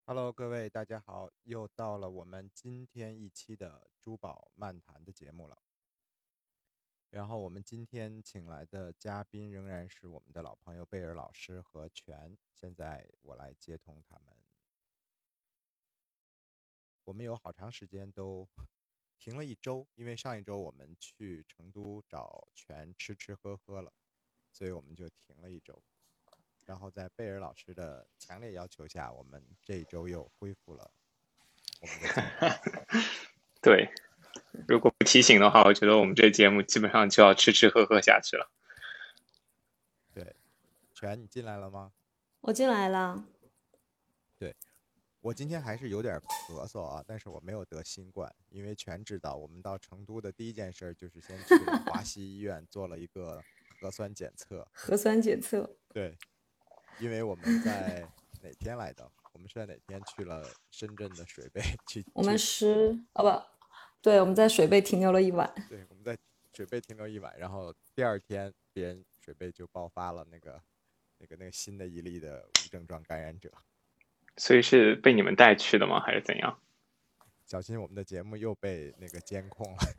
Hello，各位大家好，又到了我们今天一期的珠宝漫谈的节目了。然后我们今天请来的嘉宾仍然是我们的老朋友贝尔老师和全。现在我来接通他们。我们有好长时间都停了一周，因为上一周我们去成都找全吃吃喝喝了，所以我们就停了一周。然后在贝尔老师的强烈要求下，我们这一周又恢复了我们的节目。 对，如果不提醒的话，我觉得我们这节目基本上就要吃吃喝喝下去了。 对，全，你进来了吗？ 我进来了。 对，我今天还是有点咳嗽啊，但是我没有得新冠，因为全知道我们到成都的第一件事就是先去了华西医院做了一个核酸检测。 核酸检测。 对，因为我们在哪天来的？我们是在哪天去了深圳的水贝去？ 我们不对，我们在水贝停留了一晚。 对，我们在水贝停留一晚，然后第二天别人水贝就爆发了那个新的一例的无症状感染者。 所以是被你们带去的吗？还是怎样？ 小心我们的节目又被那个监控了。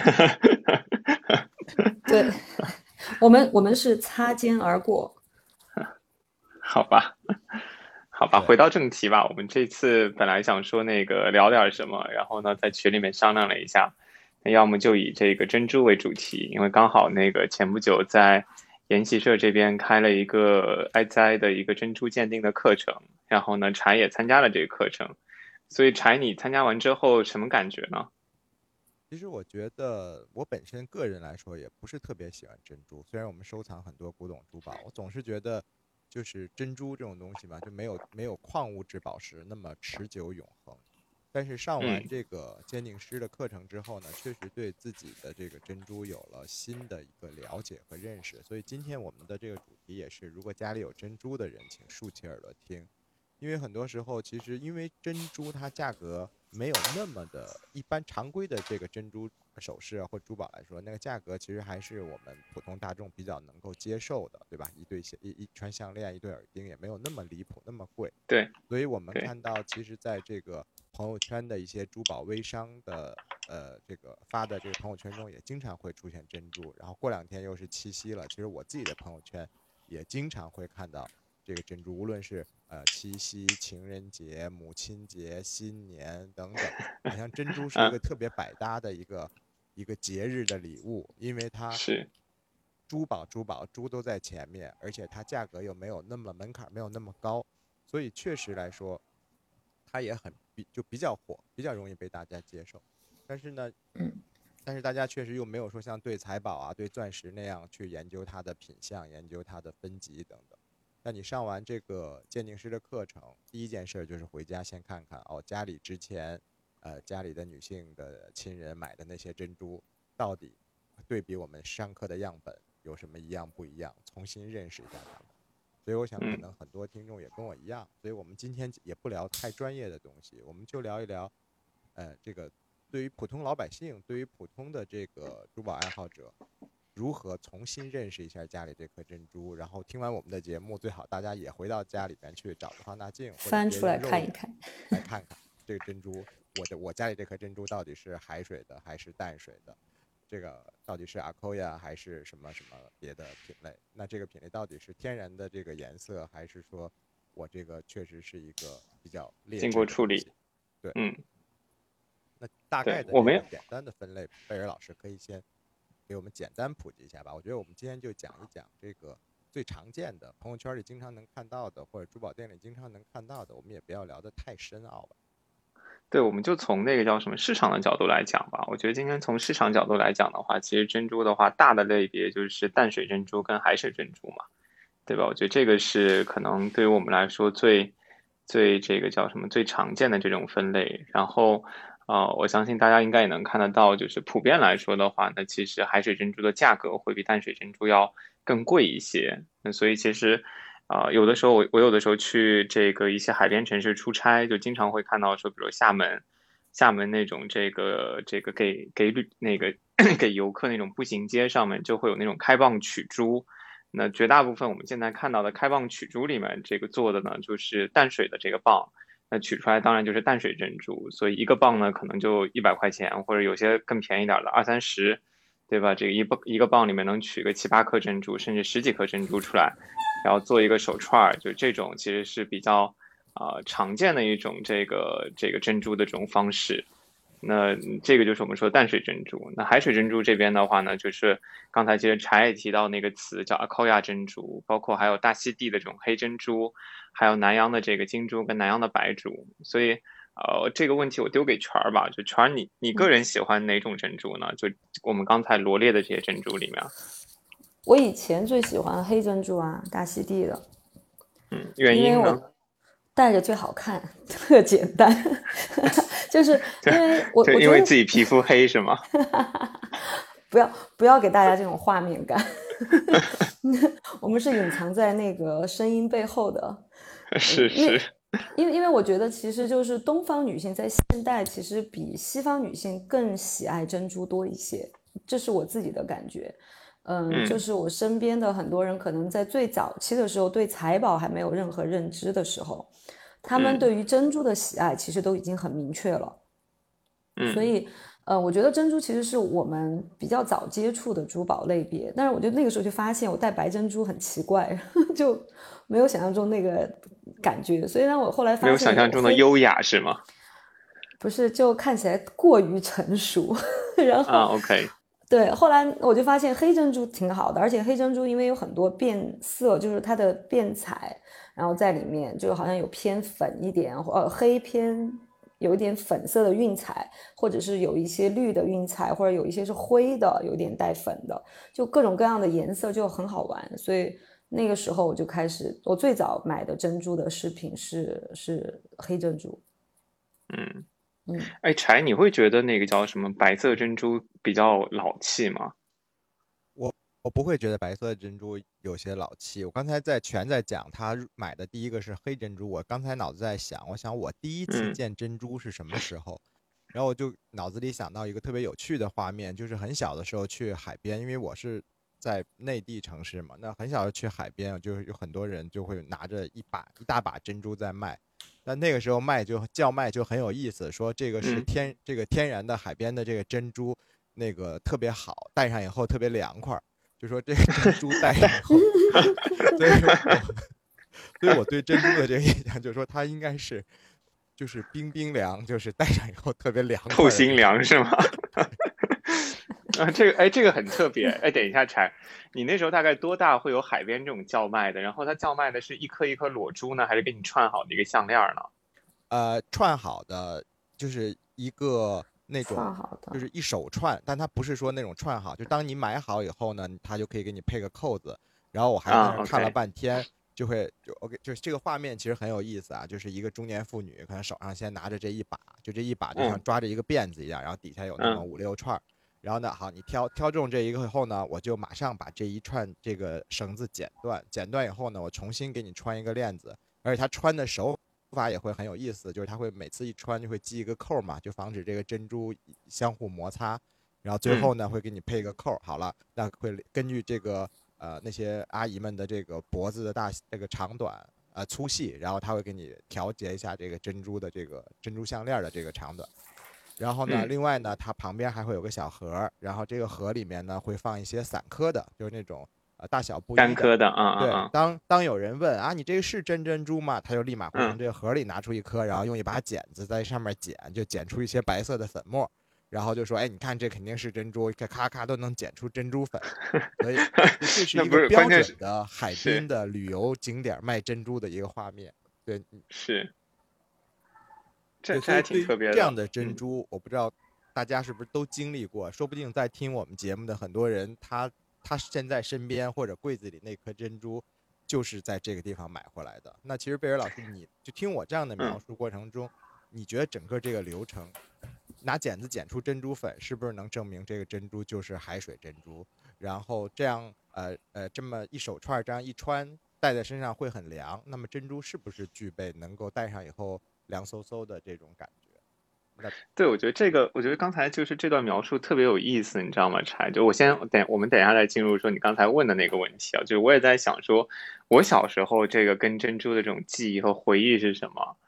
对，我们是擦肩而过。 好吧，好吧，回到正题吧。我们这次本来想说那个聊点什么，然后呢在群里面商量了一下，那要么就以这个珍珠为主题，因为刚好那个前不久在研习社这边开了一个爱栽的一个珍珠鉴定的课程，然后呢柴也参加了这个课程，所以柴你参加完之后什么感觉呢？ 其实我觉得我本身个人来说也不是特别喜欢珍珠，虽然我们收藏很多古董珠宝，我总是觉得就是珍珠这种东西嘛，就没有矿物质宝石那么持久永恒。但是上完这个鉴定师的课程之后呢，确实对自己的这个珍珠有了新的一个了解和认识。所以今天我们的这个主题也是，如果家里有珍珠的人，请竖起耳朵听。因为很多时候，其实因为珍珠它价格没有那么的一般，常规的这个珍珠首饰或珠宝来说，那个价格其实还是我们普通大众比较能够接受的，对吧？一串项链，一对耳钉也没有那么离谱，那么贵。 对， 所以我们看到，其实在这个朋友圈的一些珠宝微商的这个发的这个朋友圈中，也经常会出现珍珠。然后过两天又是七夕了，其实我自己的朋友圈也经常会看到这个珍珠，无论是七夕、情人节、母亲节、新年等等，好像珍珠是一个特别百搭的一个节日的礼物，因为它是珠都在前面，而且它价格又没有那么门槛没有那么高，所以确实来说，它也就比较火，比较容易被大家接受。但是呢，但是大家确实又没有说像对财宝啊、对钻石那样去研究它的品相、研究它的分级等等。那你上完这个鉴定师的课程，第一件事就是回家先看看哦，家里之前，家里的女性的亲人买的那些珍珠，到底对比我们上课的样本有什么一样不一样，重新认识一下它们。所以我想，可能很多听众也跟我一样，所以我们今天也不聊太专业的东西，我们就聊一聊，这个对于普通老百姓，对于普通的这个珠宝爱好者，如何重新认识一下家里这颗珍珠。然后听完我们的节目，最好大家也回到家里边去找个放大镜或者翻出来别人肉眼看一看， 来看看这个珍珠，我家里这颗珍珠到底是海水的还是淡水的。这个到底是阿扣亚还是什么什么别的品类？那这个品类到底是天然的这个颜色，还是说我这个确实是一个比较劣经质过处理。 的东西？对， 嗯， 那大概对，我们的这个简单的分类，贝尔老师可以先给我们简单普及一下吧。我觉得我们今天就讲一讲这个最常见的，朋友圈里经常能看到的，或者珠宝店里经常能看到的，我们也不要聊得太深奥了。 对，我们就从那个叫什么市场的角度来讲吧。我觉得今天从市场角度来讲的话，其实珍珠的话，大的类别就是淡水珍珠跟海水珍珠嘛，对吧？我觉得这个是可能对于我们来说最这个叫什么最常见的这种分类。然后，我相信大家应该也能看得到，就是普遍来说的话，那其实海水珍珠的价格会比淡水珍珠要更贵一些。那所以其实。有的时候我有的时候去这个一些海边城市出差，就经常会看到说，比如厦门那种这个给那个给游客那种步行街上面就会有那种开蚌取珠。那绝大部分我们现在看到的开蚌取珠里面，这个做的呢就是淡水的这个蚌， 那取出来当然就是淡水珍珠，所以一个磅呢可能就100块钱，或者有些更便宜点的20-30，对吧？这个一个磅里面能取个7-8颗珍珠，甚至十几颗珍珠出来，然后做一个手串，就这种其实是比较常见的一种这个珍珠的这种方式。那这个就是我们说淡水珍珠。那海水珍珠这边的话呢，就是刚才其实柴也提到那个词叫阿考亚珍珠，包括还有大溪地的这种黑珍珠，还有南洋的这个金珠跟南洋的白珠。所以这个问题我丢给全儿吧，就全儿你个人喜欢哪种珍珠呢？就我们刚才罗列的这些珍珠里面。 我以前最喜欢黑珍珠啊，大溪地的。 原因呢？ 戴着最好看，特简单，就是因为我觉得因为自己皮肤黑是吗？ 不要给大家这种画面感，我们是隐藏在那个声音背后的。 是。 因为我觉得其实就是东方女性在现代其实比西方女性更喜爱珍珠多一些，这是我自己的感觉。就是我身边的很多人可能在最早期的时候对财宝还没有任何认知的时候，他们对于珍珠的喜爱其实都已经很明确了。所以我觉得珍珠其实是我们比较早接触的珠宝类别，但是我就那个时候就发现我戴白珍珠很奇怪，就没有想象中那个感觉，所以让我后来发现没有想象中的优雅是吗？ 不是，就看起来过于成熟。然后 OK， 对，后来我就发现黑珍珠挺好的，而且黑珍珠因为有很多变色，就是它的变彩，然后在里面就好像有偏粉一点，黑偏有一点粉色的晕彩，或者是有一些绿的晕彩，或者有一些是灰的，有点带粉的，就各种各样的颜色就很好玩。所以那个时候我就开始，我最早买的珍珠的饰品是黑珍珠。 柴，你会觉得那个叫什么白色珍珠比较老气吗？ 我不会觉得白色珍珠有些老气。我刚才全在讲他买的第一个是黑珍珠，我刚才脑子在想，我想我第一次见珍珠是什么时候，然后我就脑子里想到一个特别有趣的画面，就是很小的时候去海边，因为我是在内地城市嘛，那很小的去海边，就是有很多人就会拿着一大把珍珠在卖。但那个时候叫卖就很有意思，说这个是这个天然的海边的这个珍珠，那个特别好，戴上以后特别凉快，就说这个珍珠戴上以后，所以我对珍珠的这个印象就是说它应该是就是冰冰凉，就是戴上以后特别凉快， 透心凉是吗？这个很特别。等一下，柴，你那时候大概多大会有海边这种叫卖的？然后它叫卖的是一颗一颗裸珠呢，还是给你串好的一个项链呢？ 串好的就是一个那种就是一手串，但它不是说那种串好，就当你买好以后呢，它就可以给你配个扣子。然后我还在那看了半天，就 OK， 就是这个画面其实很有意思啊，就是一个中年妇女可能手上先拿着这一把，就这一把就像抓着一个辫子一样，然后底下有那么5-6串。然后呢，好，你挑中这一个以后呢，我就马上把这一串这个绳子剪断以后呢，我重新给你穿一个链子，而且它穿的手法也会很有意思，就是它会每次一穿就会系一个扣嘛，就防止这个珍珠相互摩擦，然后最后呢会给你配一个扣。好了，那会根据这个那些阿姨们的这个脖子的这个长短粗细，然后它会给你调节一下这个珍珠的这个珍珠项链的这个长短。然后呢，另外呢，它旁边还会有个小盒，然后这个盒里面呢会放一些散颗的，就是那种大小不一的干颗的对，当有人问啊，你这个是真珍珠吗？他就立马会从这个盒里拿出一颗，然后用一把剪子在上面剪，就剪出一些白色的粉末，然后就说，哎，你看这肯定是珍珠，咔咔都能剪出珍珠粉。所以这是一个标准的海滨的旅游景点卖珍珠的一个画面。对， 是。 这还挺特别的。这样的珍珠，我不知道大家是不是都经历过，说不定在听我们节目的很多人，他现在身边或者柜子里那颗珍珠，就是在这个地方买回来的。那其实贝尔老师，你就听我这样的描述过程中，你觉得整个这个流程，拿剪子剪出珍珠粉，是不是能证明这个珍珠就是海水珍珠？然后这样这么一手串这样一穿，戴在身上会很凉。那么珍珠是不是具备能够戴上以后凉飕飕的这种感觉？ 对，我觉得刚才就是这段描述特别有意思，你知道吗？柴，就我们等一下再进入说你刚才问的那个问题啊，就是我也在想说，我小时候这个跟珍珠的这种记忆和回忆是什么？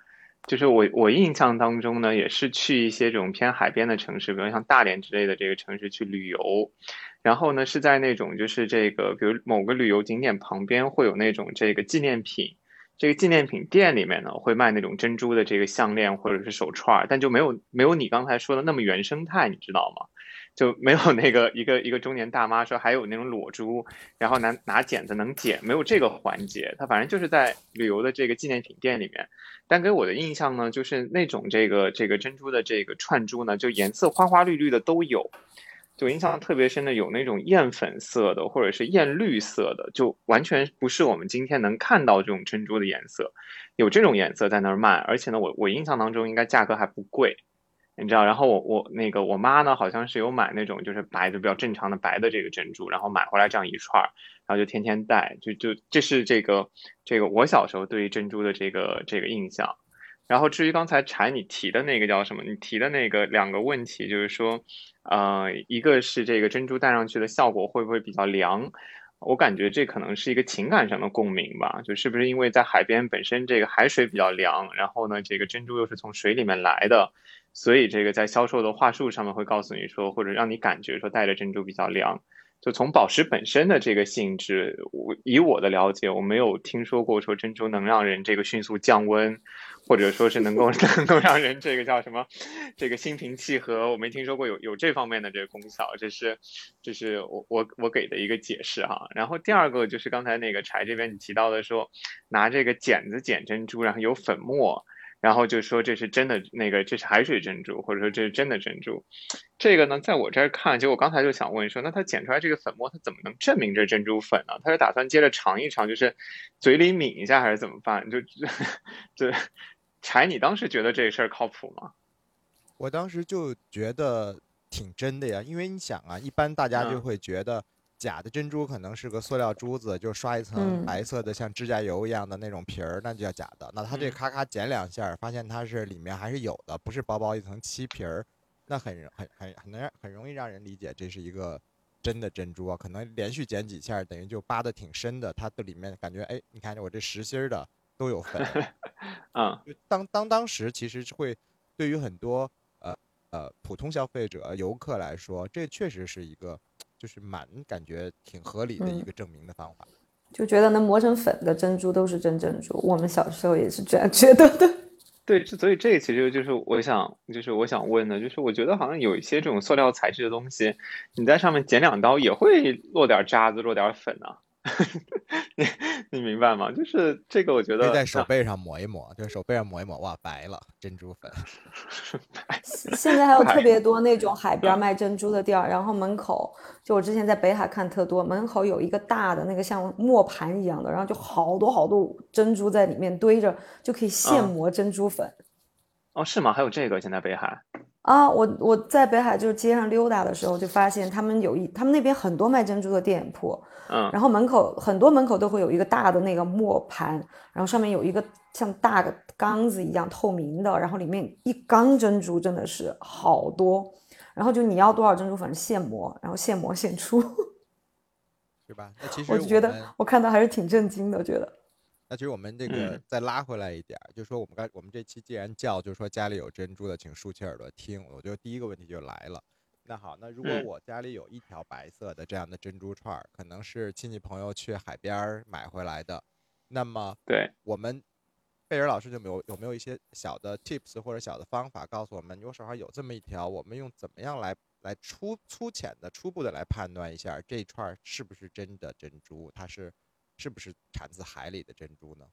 就是我印象当中呢，也是去一些这种偏海边的城市，比如像大连之类的这个城市去旅游，然后呢是在那种就是这个，比如某个旅游景点旁边会有那种这个纪念品，这个纪念品店里面呢会卖那种珍珠的这个项链或者是手串，但就没有你刚才说的那么原生态，你知道吗？就没有那个一个中年大妈说还有那种裸珠，然后拿剪子能剪，没有这个环节，它反正就是在旅游的这个纪念品店里面。但给我的印象呢，就是那种这个珍珠的这个串珠呢，就颜色花花绿绿的都有。就印象特别深的有那种艳粉色的，或者是艳绿色的，就完全不是我们今天能看到这种珍珠的颜色。有这种颜色在那儿卖，而且呢，我印象当中应该价格还不贵。你知道，然后我妈呢，好像是有买那种就是白的比较正常的白的这个珍珠，然后买回来这样一串儿，然后就天天戴，这是这个我小时候对于珍珠的这个印象。然后至于刚才柴你提的那个叫什么？你提的那个两个问题，就是说，一个是这个珍珠戴上去的效果会不会比较凉？我感觉这可能是一个情感上的共鸣吧，就是不是因为在海边本身这个海水比较凉，然后呢，这个珍珠又是从水里面来的，所以这个在销售的话术上面会告诉你说，或者让你感觉说戴着珍珠比较凉。就从宝石本身的这个性质，以我的了解，我没有听说过说珍珠能让人这个迅速降温，或者说是能够能够让人这个叫什么，这个心平气和，我没听说过有这方面的这个功效，这是我给的一个解释哈。然后第二个就是刚才那个柴这边你提到的说，拿这个剪子剪珍珠，然后有粉末。然后就说这是真的那个，这是海水珍珠，或者说这是真的珍珠。这个呢，在我这儿看，就我刚才就想问说，那它剪出来这个粉末，它怎么能证明这珍珠粉呢？它是打算接着尝一尝，就是嘴里抿一下，还是怎么办？这柴，你当时觉得这事儿靠谱吗？ 我当时就觉得挺真的呀，因为你想啊，一般大家就会觉得假的珍珠可能是个塑料珠子，就刷一层白色的像指甲油一样的那种皮儿，那就叫假的。那它这咔咔剪两下，发现它是里面还是有的，不是薄薄一层漆皮儿，那很容易让人理解这是一个真的珍珠啊。可能连续剪几下，等于就扒的挺深的，它的里面感觉哎，你看我这实心儿的都有粉。 嗯， 就当时其实会对于很多普通消费者、游客来说，这确实是一个就是感觉挺合理的一个证明的方法。 就觉得能磨成粉的珍珠都是真珍珠，我们小时候也是这样觉得的。 对，所以这个其实就是我想问的，就是我觉得好像有一些这种塑料材质的东西，你在上面剪两刀也会落点渣子、落点粉啊。你你明白吗？就是这个，我觉得可以在手背上抹一抹，就是手背上抹一抹，哇，白了，珍珠粉。 现在还有特别多那种海边卖珍珠的店儿，然后门口就我之前在北海看特多，门口有一个大的那个像磨盘一样的，然后就好多好多珍珠在里面堆着，就可以现磨珍珠粉。 哦，是吗？还有这个现在北海啊，我在北海就是街上溜达的时候，就发现他们他们那边很多卖珍珠的店铺，然后很多门口都会有一个大的那个磨盘，然后上面有一个像大的缸子一样透明的，然后里面一缸珍珠真的是好多，然后就你要多少珍珠粉现磨，然后现磨现出， 是吧？那其实我就觉得我看到还是挺震惊的，觉得。 那其实我们这个再拉回来一点，就是说我们这期既然叫，就是说家里有珍珠的，请竖起耳朵听。我觉得第一个问题就来了。那好，那如果我家里有一条白色的这样的珍珠串，可能是亲戚朋友去海边买回来的，那么对我们贝尔老师有没有一些小的 tips 或者小的方法，告诉我们，如果手上有这么一条，我们用怎么样来粗浅的初步的来判断一下这一串是不是真的珍珠，它是不是产自海里的珍珠呢？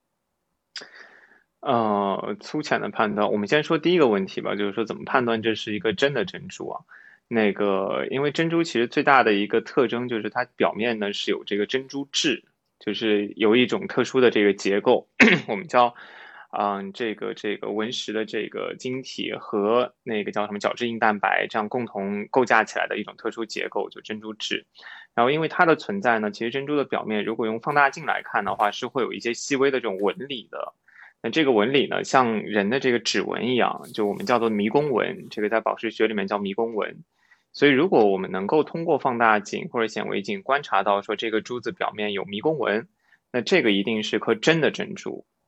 粗浅的判断，我们先说第一个问题吧，就是说怎么判断这是一个真的珍珠啊？那个，因为珍珠其实最大的一个特征就是它表面呢是有这个珍珠质，就是有一种特殊的这个结构，我们叫这个纹石的这个晶体和那个叫什么角质硬蛋白这样共同构架起来的一种特殊结构，就珍珠质。然后因为它的存在呢，其实珍珠的表面如果用放大镜来看的话，是会有一些细微的这种纹理的。那这个纹理呢，像人的这个指纹一样，就我们叫做迷宫纹，这个在宝石学里面叫迷宫纹。所以如果我们能够通过放大镜或者显微镜观察到说这个珠子表面有迷宫纹，那这个一定是颗真的珍珠。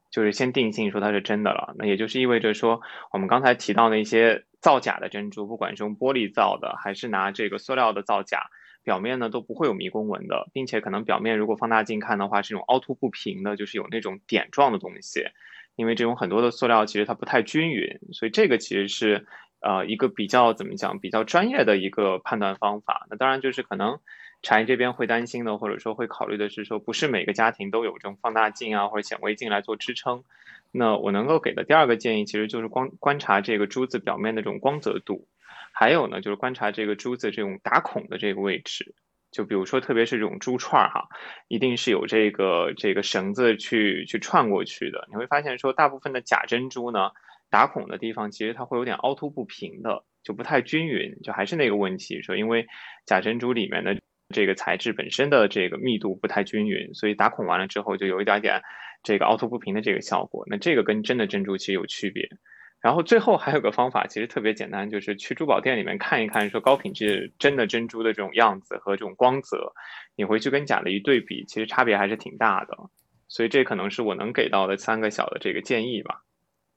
就是先定性说它是真的了。那也就是意味着说，我们刚才提到的一些造假的珍珠，不管是用玻璃造的，还是拿这个塑料的造假，表面呢都不会有迷宫纹的，并且可能表面如果放大镜看的话，是这种凹凸不平的，就是有那种点状的东西。因为这种很多的塑料其实它不太均匀，所以这个其实是一个比较怎么讲比较专业的一个判断方法。那当然就是可能茶叶这边会担心的，或者说会考虑的是说，不是每个家庭都有这种放大镜啊或者显微镜来做支撑。那我能够给的第二个建议，其实就是观察这个珠子表面的这种光泽度，还有呢就是观察这个珠子这种打孔的这个位置。就比如说，特别是这种珠串哈，一定是有这个绳子去串过去的。你会发现说，大部分的假珍珠呢，打孔的地方其实它会有点凹凸不平的，就不太均匀。就还是那个问题，说因为假珍珠里面的这个材质本身的这个密度不太均匀，所以打孔完了之后就有一点点这个凹凸不平的这个效果。那这个跟真的珍珠其实有区别。然后最后还有个方法，其实特别简单，就是去珠宝店里面看一看，说高品质真的珍珠的这种样子和这种光泽，你回去跟假的一对比，其实差别还是挺大的。所以这可能是我能给到的3个小的这个建议吧。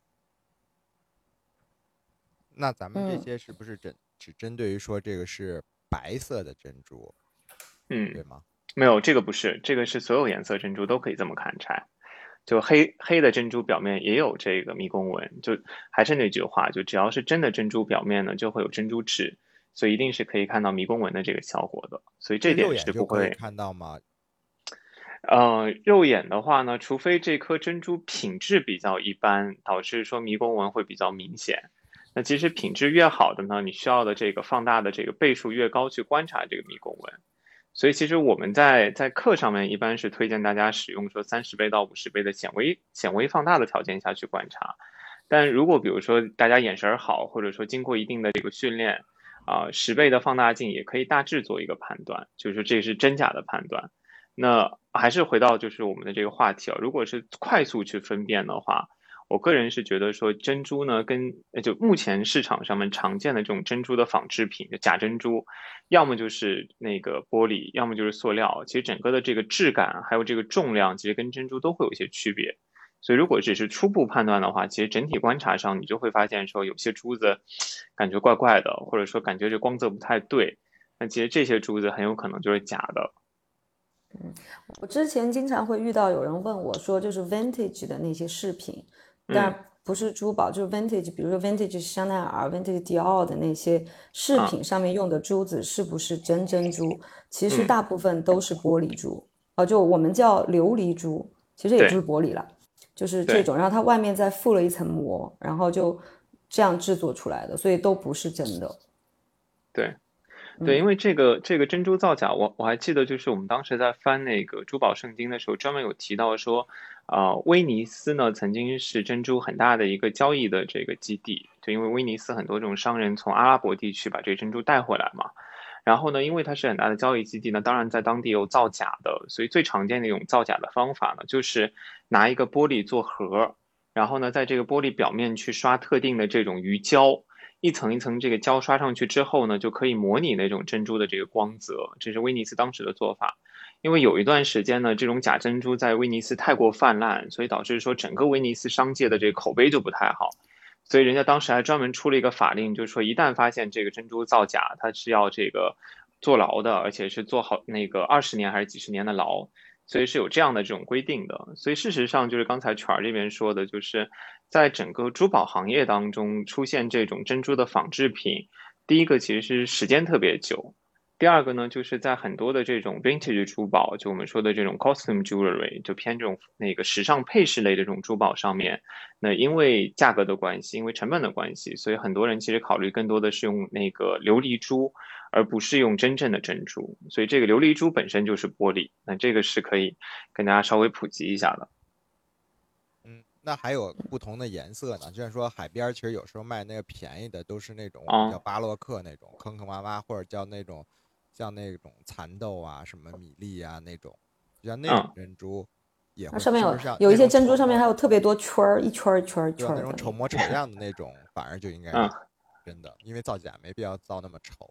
那咱们这些是不是只针对于说这个是白色的珍珠，对吗？ 没有，这个不是，这个是所有颜色珍珠都可以这么看拆。就黑的珍珠表面也有这个迷宫纹，就还是那句话，就只要是真的珍珠表面呢，就会有珍珠痣，所以一定是可以看到迷宫纹的这个效果的，所以这点是不会看到吗？ 肉眼的话呢，除非这颗珍珠品质比较一般，导致说迷宫纹会比较明显。那其实品质越好的呢，你需要的这个放大的这个倍数越高，去观察这个迷宫纹。所以其实我们在课上面一般是推荐大家使用说30倍到50倍的显微放大的条件下去观察。但如果比如说大家眼神好，或者说经过一定的这个训练，10倍的放大镜也可以大致做一个判断，就是这是真假的判断。那还是回到就是我们的这个话题啊，如果是快速去分辨的话，我个人是觉得说珍珠呢，就目前市场上面常见的这种珍珠的仿制品，假珍珠，要么就是那个玻璃，要么就是塑料。其实整个的这个质感还有这个重量，其实跟珍珠都会有一些区别。所以如果只是初步判断的话，其实整体观察上你就会发现说有些珠子感觉怪怪的，或者说感觉这光泽不太对，那其实这些珠子很有可能就是假的。 我之前经常会遇到有人问我说，就是 vintage 的那些饰品，但不是珠宝，就是 vintage， 比如说 vintage 香奈儿、vintage 迪奥的那些饰品上面用的珠子是不是真珍珠？其实大部分都是玻璃珠，就我们叫琉璃珠，其实也就是玻璃了，就是这种，然后它外面再附了一层膜，然后就这样制作出来的，所以都不是真的。 对，因为这个珍珠造假，我还记得，就是我们当时在翻那个珠宝圣经的时候，专门有提到说，威尼斯呢曾经是珍珠很大的一个交易的这个基地，就因为威尼斯很多这种商人从阿拉伯地区把这个珍珠带回来嘛，然后呢，因为它是很大的交易基地呢，当然在当地有造假的，所以最常见的一种造假的方法呢，就是拿一个玻璃做盒，然后呢，在这个玻璃表面去刷特定的这种鱼胶。一层一层这个胶刷上去之后呢，就可以模拟那种珍珠的这个光泽，这是威尼斯当时的做法。因为有一段时间呢，这种假珍珠在威尼斯太过泛滥，所以导致说整个威尼斯商界的这个口碑就不太好。所以人家当时还专门出了一个法令，就是说一旦发现这个珍珠造假，它是要这个坐牢的，而且是坐好那个20年还是几十年的牢。所以是有这样的这种规定的，所以事实上就是刚才权儿这边说的，就是在整个珠宝行业当中出现这种珍珠的仿制品，第一个其实是时间特别久，第二个呢就是在很多的这种 vintage 珠宝，就我们说的这种 costume jewelry， 就偏这种那个时尚配饰类的这种珠宝上面，那因为价格的关系，因为成本的关系，所以很多人其实考虑更多的是用那个琉璃珠。而不是用真正的珍珠，所以这个琉璃珠本身就是玻璃，那这个是可以跟大家稍微普及一下的。 那还有不同的颜色呢？就像说海边其实有时候卖那个便宜的都是那种我们叫巴洛克那种坑坑洼洼，或者叫那种像那种蚕豆啊、什么米粒啊那种，就像那种珍珠也会上面有一些珍珠上面还有特别多圈儿，一圈一圈一圈的， 那种丑模丑样的那种，反而就应该是真的，因为造假没必要造那么丑。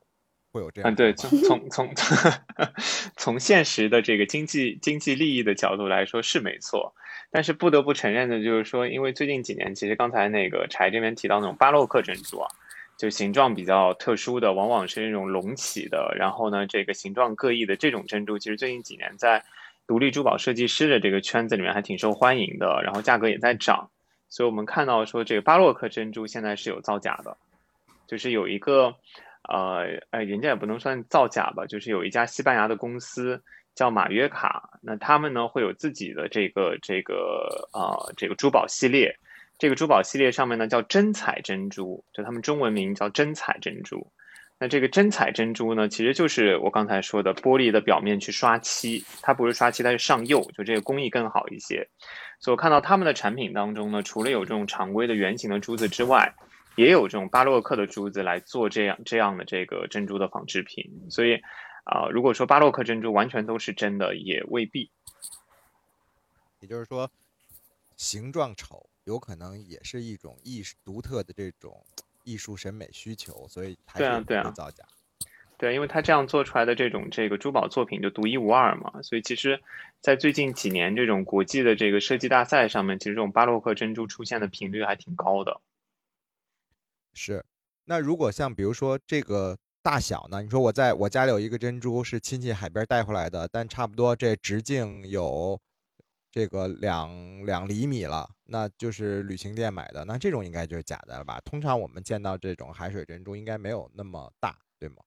会有这样对， 说法。 从现实的这个经济利益的角度来说是没错，但是不得不承认的就是说，因为最近几年，其实刚才那个柴这边提到那种巴洛克珍珠啊，就形状比较特殊的，往往是那种隆起的，然后呢，这个形状各异的这种珍珠，其实最近几年在独立珠宝设计师的这个圈子里面还挺受欢迎的，然后价格也在涨，所以我们看到说这个巴洛克珍珠现在是有造假的，就是有一个。人家也不能算造假吧，就是有一家西班牙的公司叫马约卡，那他们呢会有自己的这个珠宝系列，这个珠宝系列上面呢叫真彩珍珠，就他们中文名叫真彩珍珠。那这个真彩珍珠呢，其实就是我刚才说的玻璃的表面去刷漆，它不是刷漆，它是上釉，就这个工艺更好一些。所以我看到他们的产品当中呢，除了有这种常规的圆形的珠子之外，也有这种巴洛克的珠子来做这样的这个珍珠的仿制品，所以如果说巴洛克珍珠完全都是真的，也未必。 也就是说，形状丑有可能也是一种独特的这种艺术审美需求，所以还是有可能造假。 对，因为它这样做出来的这个珠宝作品就独一无二嘛，所以其实，在最近几年这种国际的这个设计大赛上面，其实这种巴洛克珍珠出现的频率还挺高的。 是，那如果像比如说这个大小呢？你说我家里有一个珍珠是亲戚海边带回来的，但差不多这直径有这个两厘米了，那就是旅行店买的，那这种应该就是假的了吧？通常我们见到这种海水珍珠应该没有那么大，对吗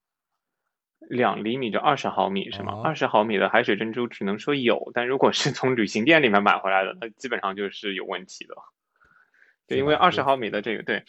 ？2厘米就20毫米是吗 ？20 毫米的海水珍珠只能说有，但如果是从旅行店里面买回来的，那基本上就是有问题的。对，因为20毫米的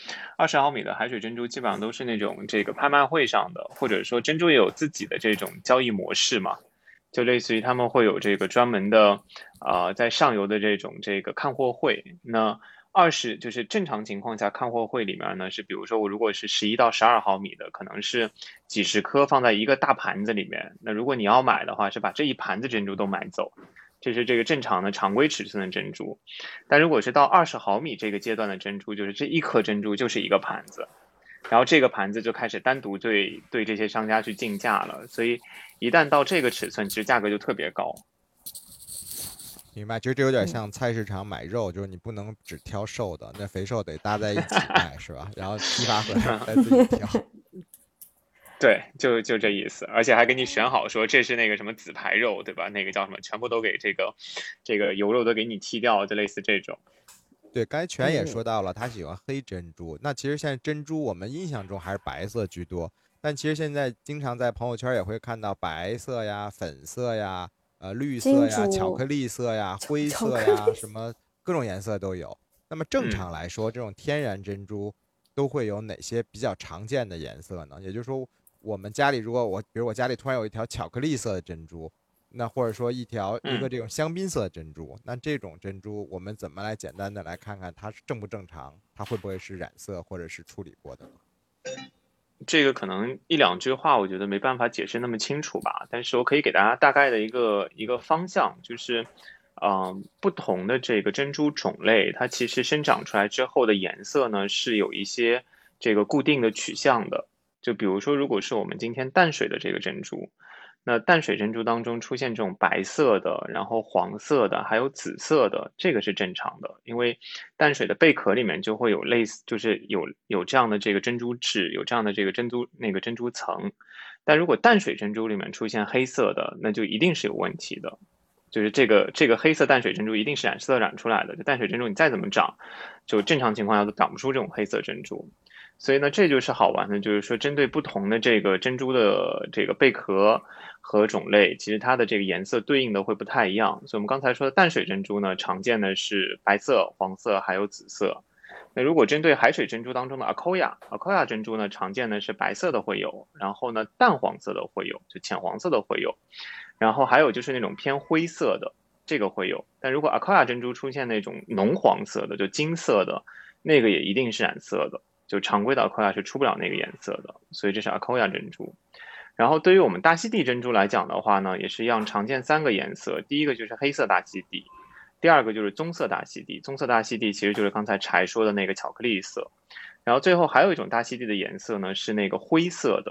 20毫米的海水珍珠基本上都是那种这个拍卖会上的，或者说珍珠也有自己的这种交易模式嘛，就类似于他们会有这个专门的在上游的这个看货会。那就是正常情况下看货会里面呢，是比如说我如果是11到12毫米的，可能是几十颗放在一个大盘子里面，那如果你要买的话，是把这一盘子珍珠都买走。这是这个正常的常规尺寸的珍珠，但如果是到20毫米这个阶段的珍珠，就是这一颗珍珠就是一个盘子，然后这个盘子就开始单独对这些商家去竞价了，所以一旦到这个尺寸，其实价格就特别高。 明白，其实这有点像菜市场买肉，就是你不能只挑瘦的，那肥瘦得搭在一起卖，是吧？然后批发和尚再自己挑。 对，就这意思，而且还给你选好，说这是那个什么紫牌肉，对吧？那个叫什么，全部都给这个油肉都给你剔掉，就类似这种。 对，刚才全也说到了，他喜欢黑珍珠。那其实现在珍珠我们印象中还是白色居多，但其实现在经常在朋友圈也会看到白色呀、粉色呀、绿色呀、巧克力色呀、灰色呀，什么各种颜色都有。那么正常来说，这种天然珍珠都会有哪些比较常见的颜色呢？也就是说，我们家里如果比如我家里突然有一条巧克力色的珍珠，那或者说一个这种香槟色的珍珠，那这种珍珠我们怎么来简单的来看看它是正不正常，它会不会是染色或者是处理过的呢？ 这个可能一两句话，我觉得没办法解释那么清楚吧，但是我可以给大家大概的一个方向，就是，不同的这个珍珠种类，它其实生长出来之后的颜色呢，是有一些这个固定的取向的。就比如说，如果是我们今天淡水的这个珍珠，那淡水珍珠当中出现这种白色的，然后黄色的，还有紫色的，这个是正常的，因为淡水的贝壳里面就会有类似，就是有这样的这个珍珠质，有这样的这个珍珠层。但如果淡水珍珠里面出现黑色的，那就一定是有问题的，就是这个黑色淡水珍珠一定是染色染出来的。就淡水珍珠你再怎么长，就正常情况下都长不出这种黑色珍珠。所以呢，这就是好玩的，就是说针对不同的这个珍珠的这个贝壳和种类，其实它的这个颜色对应的会不太一样。所以我们刚才说的淡水珍珠呢，常见的是白色、黄色还有紫色。那如果针对海水珍珠当中的 Akoya 珍珠呢，常见的是白色的会有，然后呢淡黄色的会有，就浅黄色的会有，然后还有就是那种偏灰色的，这个会有。但如果 Akoya 珍珠出现那种浓黄色的，就金色的，那个也一定是染色的。就常规的 Akoya 是出不了那个颜色的，所以这是 Akoya 珍珠。然后对于我们大溪地珍珠来讲的话呢，也是一样，常见3个颜色，第一个就是黑色大溪地，第二个就是棕色大溪地，棕色大溪地其实就是刚才柴说的那个巧克力色，然后最后还有一种大溪地的颜色呢是那个灰色的，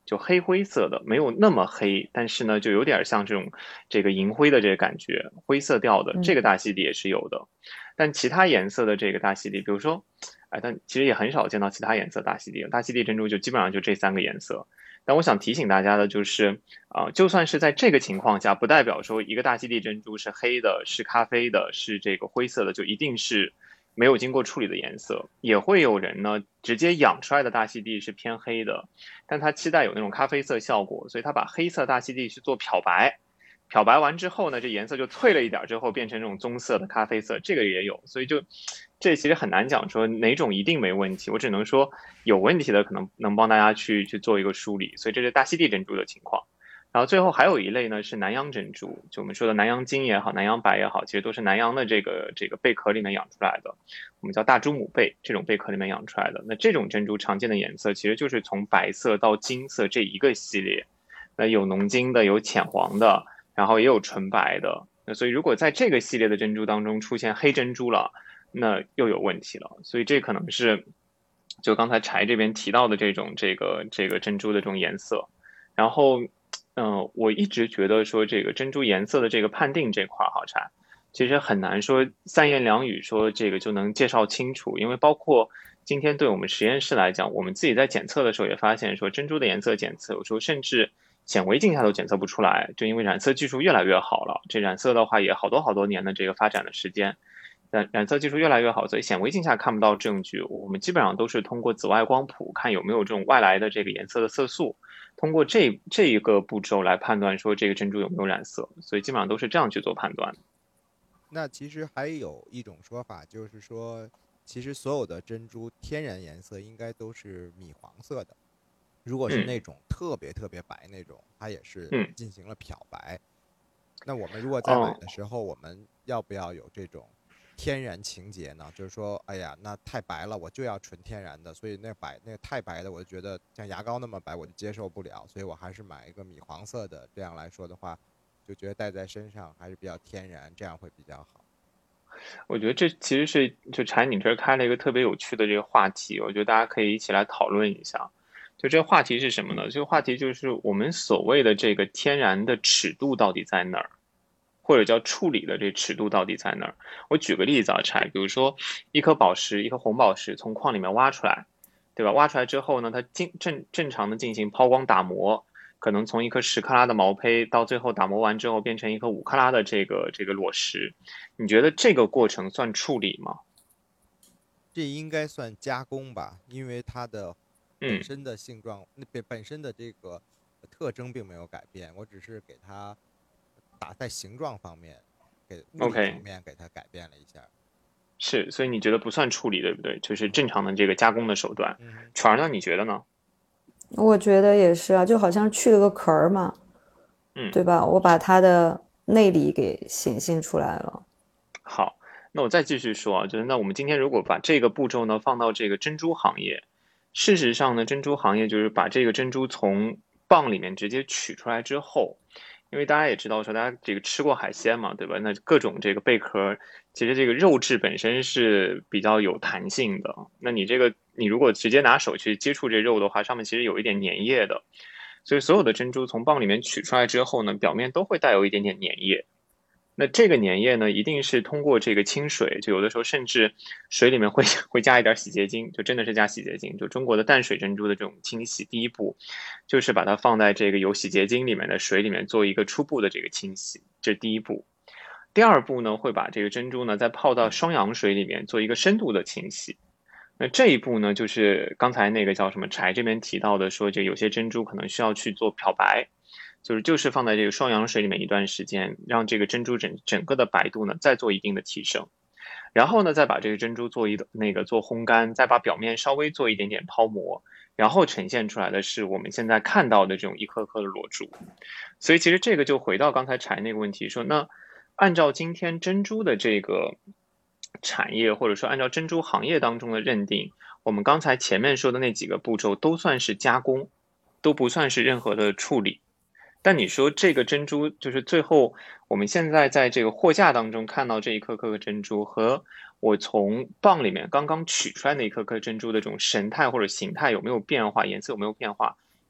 就黑灰色的，没有那么黑，但是呢，就有点像这个银灰的这个感觉，灰色调的这个大溪地也是有的。但其他颜色的这个大溪地，比如说，但其实也很少见到其他颜色大溪地，大溪地珍珠就基本上就这3个颜色。但我想提醒大家的就是，就算是在这个情况下，不代表说一个大溪地珍珠是黑的、是咖啡的、是这个灰色的，就一定是没有经过处理的颜色。也会有人呢，直接养出来的大溪地是偏黑的，但他期待有那种咖啡色效果，所以他把黑色大溪地去做漂白。漂白完之后呢，这颜色就褪了一点之后变成这种棕色的咖啡色，这个也有，所以这其实很难讲说哪种一定没问题，我只能说有问题的可能能帮大家去做一个梳理，所以这是大溪地珍珠的情况。然后最后还有一类呢是南洋珍珠，就我们说的南洋金也好，南洋白也好，其实都是南洋的这个贝壳里面养出来的，我们叫大珠母贝，这种贝壳里面养出来的。那这种珍珠常见的颜色其实就是从白色到金色这一个系列，那有浓金的，有浅黄的，然后也有纯白的。那所以如果在这个系列的珍珠当中出现黑珍珠了，那又有问题了。所以这可能是就刚才柴这边提到的这种这个珍珠的这种颜色。然后我一直觉得说这个珍珠颜色的这个判定这块好柴其实很难说3言2语说这个就能介绍清楚，因为包括今天对我们实验室来讲，我们自己在检测的时候也发现说珍珠的颜色检测有时候甚至显微镜下都检测不出来，就因为染色技术越来越好了，这染色的话也好多年的这个发展的时间，染色技术越来越好，所以显微镜下看不到证据，我们基本上都是通过紫外光谱看有没有这种外来的这个颜色的色素，通过这一个步骤来判断说这个珍珠有没有染色，所以基本上都是这样去做判断。 那其实还有一种说法，就是说其实所有的珍珠天然颜色应该都是米黄色的，如果是那种特别白那种，它也是进行了漂白。那我们如果在买的时候，我们要不要有这种天然情节呢？就是说，哎呀，那太白了，我就要纯天然的，所以那个太白的，我就觉得像牙膏那么白，我就接受不了，所以我还是买一个米黄色的。这样来说的话，就觉得戴在身上还是比较天然，这样会比较好。 我觉得这其实是就柴你这开了一个特别有趣的这个话题，我觉得大家可以一起来讨论一下。就这个话题是什么呢？这个话题就是我们所谓的这个天然的尺度到底在哪儿，或者叫处理的这尺度到底在哪儿？我举个例子啊，柴，比如说一颗宝石，一颗红宝石从矿里面挖出来，对吧？挖出来之后呢，它正常的进行抛光打磨，可能从一颗10克拉的毛坯到最后打磨完之后变成一颗5克拉的这个裸石，你觉得这个过程算处理吗？ 这应该算加工吧，因为它的本身的性状，本身的这个特征并没有改变，我只是给它打在形状方面，给物理方面给它改变了一下。 是，所以你觉得不算处理，对不对？就是正常的这个加工的手段。船呢？你觉得呢？ 我觉得也是啊，就好像去了个壳儿嘛，对吧？我把它的内里给显现出来了。 好，那我再继续说啊，就是那我们今天如果把这个步骤呢放到这个珍珠行业，事实上呢，珍珠行业就是把这个珍珠从蚌里面直接取出来之后，因为大家也知道说，大家这个吃过海鲜嘛，对吧？那各种这个贝壳，其实这个肉质本身是比较有弹性的。那你如果直接拿手去接触这肉的话，上面其实有一点粘液的。所以所有的珍珠从蚌里面取出来之后呢，表面都会带有一点点粘液。那这个粘液呢，一定是通过这个清水，就有的时候甚至水里面会加一点洗洁精，就真的是加洗洁精。就中国的淡水珍珠的这种清洗，第一步就是把它放在这个有洗洁精里面的水里面做一个初步的这个清洗，这是第一步。第二步呢，会把这个珍珠呢再泡到双氧水里面做一个深度的清洗。那这一步呢，就是刚才那个叫什么柴这边提到的，说这有些珍珠可能需要去做漂白。就是放在这个双氧水里面一段时间，让这个珍珠整个的白度呢再做一定的提升，然后呢再把这个珍珠做烘干，再把表面稍微做一点点抛磨，然后呈现出来的是我们现在看到的这种一颗颗的裸珠。所以其实这个就回到刚才柴那个问题，说那按照今天珍珠的这个产业，或者说按照珍珠行业当中的认定，我们刚才前面说的那几个步骤都算是加工，都不算是任何的处理。但你说这个珍珠就是最后我们现在在这个货架当中看到这一颗颗的珍珠，和我从蚌里面刚刚取出来那一颗颗珍珠的这种神态或者形态有没有变化，颜色有没有变化，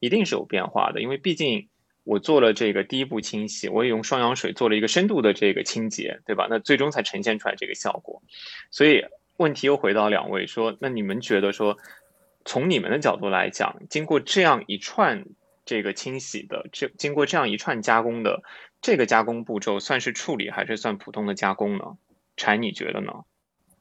一定是有变化的，因为毕竟我做了这个第一步清洗，我也用双氧水做了一个深度的这个清洁，对吧？那最终才呈现出来这个效果。所以问题又回到两位说，那你们觉得说，从你们的角度来讲，经过这样一串这个清洗的，经过这样一串加工的这个加工步骤，算是处理还是算普通的加工呢？柴，你觉得呢？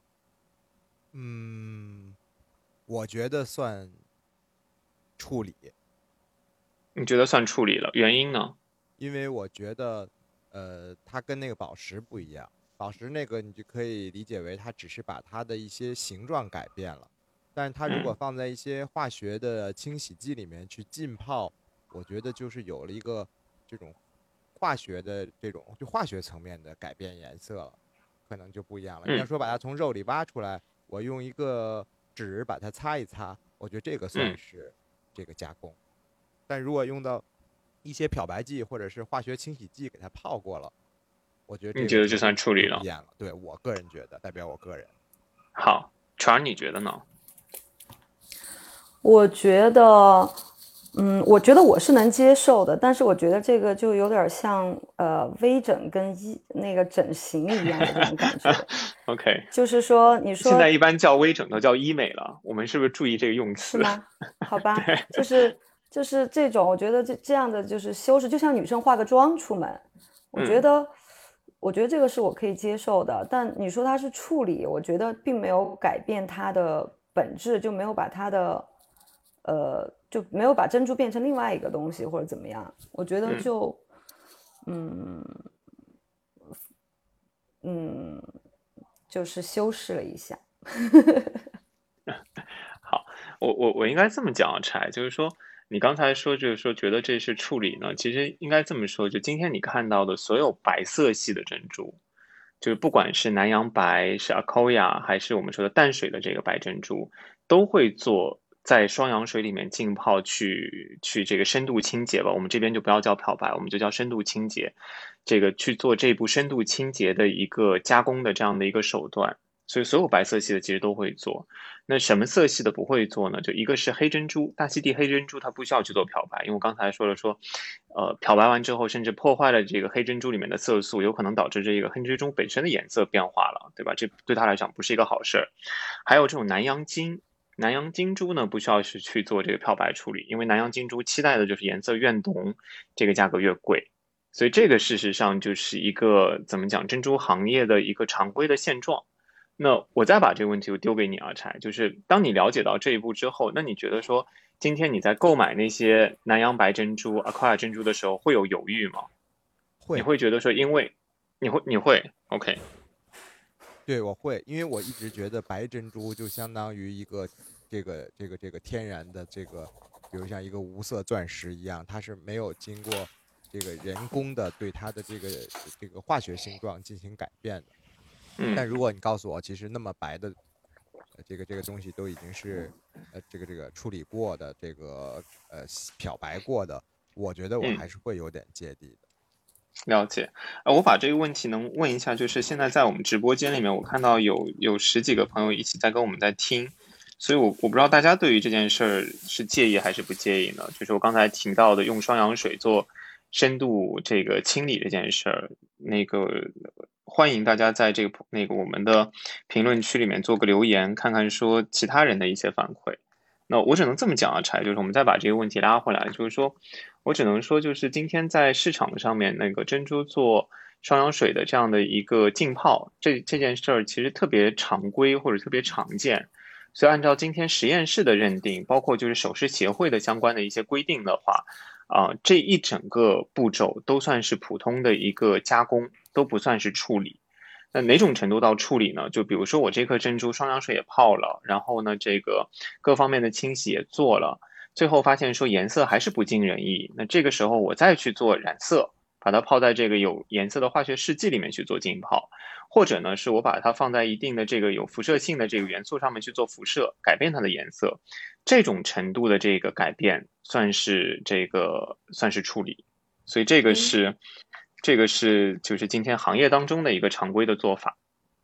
我觉得算处理。 你觉得算处理了，原因呢？ 因为我觉得，它跟那个宝石不一样。宝石那个你就可以理解为它只是把它的一些形状改变了，但是它如果放在一些化学的清洗剂里面去浸泡，我觉得就是有了一个这种化学的这种就化学层面的改变颜色了，可能就不一样了。你要说把它从肉里挖出来，我用一个纸把它擦一擦，我觉得这个算是这个加工。但如果用到一些漂白剂或者是化学清洗剂给它泡过了，我觉得这个你觉得就算处理了？ 对，我个人觉得，代表我个人。 好，船你觉得呢？ 我觉得，我觉得我是能接受的，但是我觉得这个就有点像微整跟那个整形一样的这种感觉。 OK， 就是说，你说现在一般叫微整都叫医美了，我们是不是注意这个用词？ 是吗？好吧，就是这种，我觉得这样的就是修饰，就像女生化个妆出门，我觉得这个是我可以接受的。但你说它是处理，我觉得并没有改变它的本质，就没有把它的就没有把珍珠变成另外一个东西或者怎么样。我觉得就就是修饰了一下。 好，我应该这么讲啊，柴，就是说你刚才说就是说觉得这是处理呢，其实应该这么说，就今天你看到的所有白色系的珍珠，就是不管是南洋白、是 Akoya 还是我们说的淡水的这个白珍珠，都会做在双氧水里面浸泡去这个深度清洁吧，我们这边就不要叫漂白，我们就叫深度清洁，这个去做这步深度清洁的一个加工的这样的一个手段。所以所有白色系的其实都会做，那什么色系的不会做呢？就一个是黑珍珠，大溪地黑珍珠它不需要去做漂白，因为我刚才说了说，漂白完之后甚至破坏了这个黑珍珠里面的色素，有可能导致这个黑珍珠本身的颜色变化了，对吧？这对它来讲不是一个好事儿。还有这种南洋金。南洋金珠呢，不需要去做这个漂白处理，因为南洋金珠期待的就是颜色越浓，这个价格越贵，所以这个事实上就是一个怎么讲珍珠行业的一个常规的现状。那我再把这个问题就丢给你啊，柴，就是当你了解到这一步之后，那你觉得说，今天你在购买那些南洋白珍珠、Aqua 珍珠的时候，会有犹豫吗？ 会。 你会觉得说，因为你会 OK？ 对，我会，因为我一直觉得白珍珠就相当于一个这个天然的这个，比如像一个无色钻石一样，它是没有经过这个人工的对它的这个化学性状进行改变的。但如果你告诉我，其实那么白的这个东西都已经是这个处理过的，这个漂白过的，我觉得我还是会有点芥蒂的。 了解，我把这个问题能问一下，就是现在在我们直播间里面，我看到有十几个朋友一起在跟我们在听，所以我不知道大家对于这件事儿是介意还是不介意呢？就是我刚才提到的用双氧水做深度这个清理这件事儿，那个欢迎大家在这个我们的评论区里面做个留言，看看说其他人的一些反馈。那我只能这么讲啊，柴，就是我们再把这个问题拉回来，就是说我只能说，就是今天在市场上面那个珍珠做双氧水的这样的一个浸泡，这件事儿其实特别常规或者特别常见，所以按照今天实验室的认定，包括就是首饰协会的相关的一些规定的话，这一整个步骤都算是普通的一个加工，都不算是处理。那哪种程度到处理呢？就比如说我这颗珍珠双氧水也泡了，然后呢，这个各方面的清洗也做了，最后发现说颜色还是不尽人意，那这个时候我再去做染色，把它泡在这个有颜色的化学试剂里面去做浸泡，或者呢是我把它放在一定的这个有辐射性的这个元素上面去做辐射，改变它的颜色，这种程度的这个改变算是处理，所以这个是就是今天行业当中的一个常规的做法。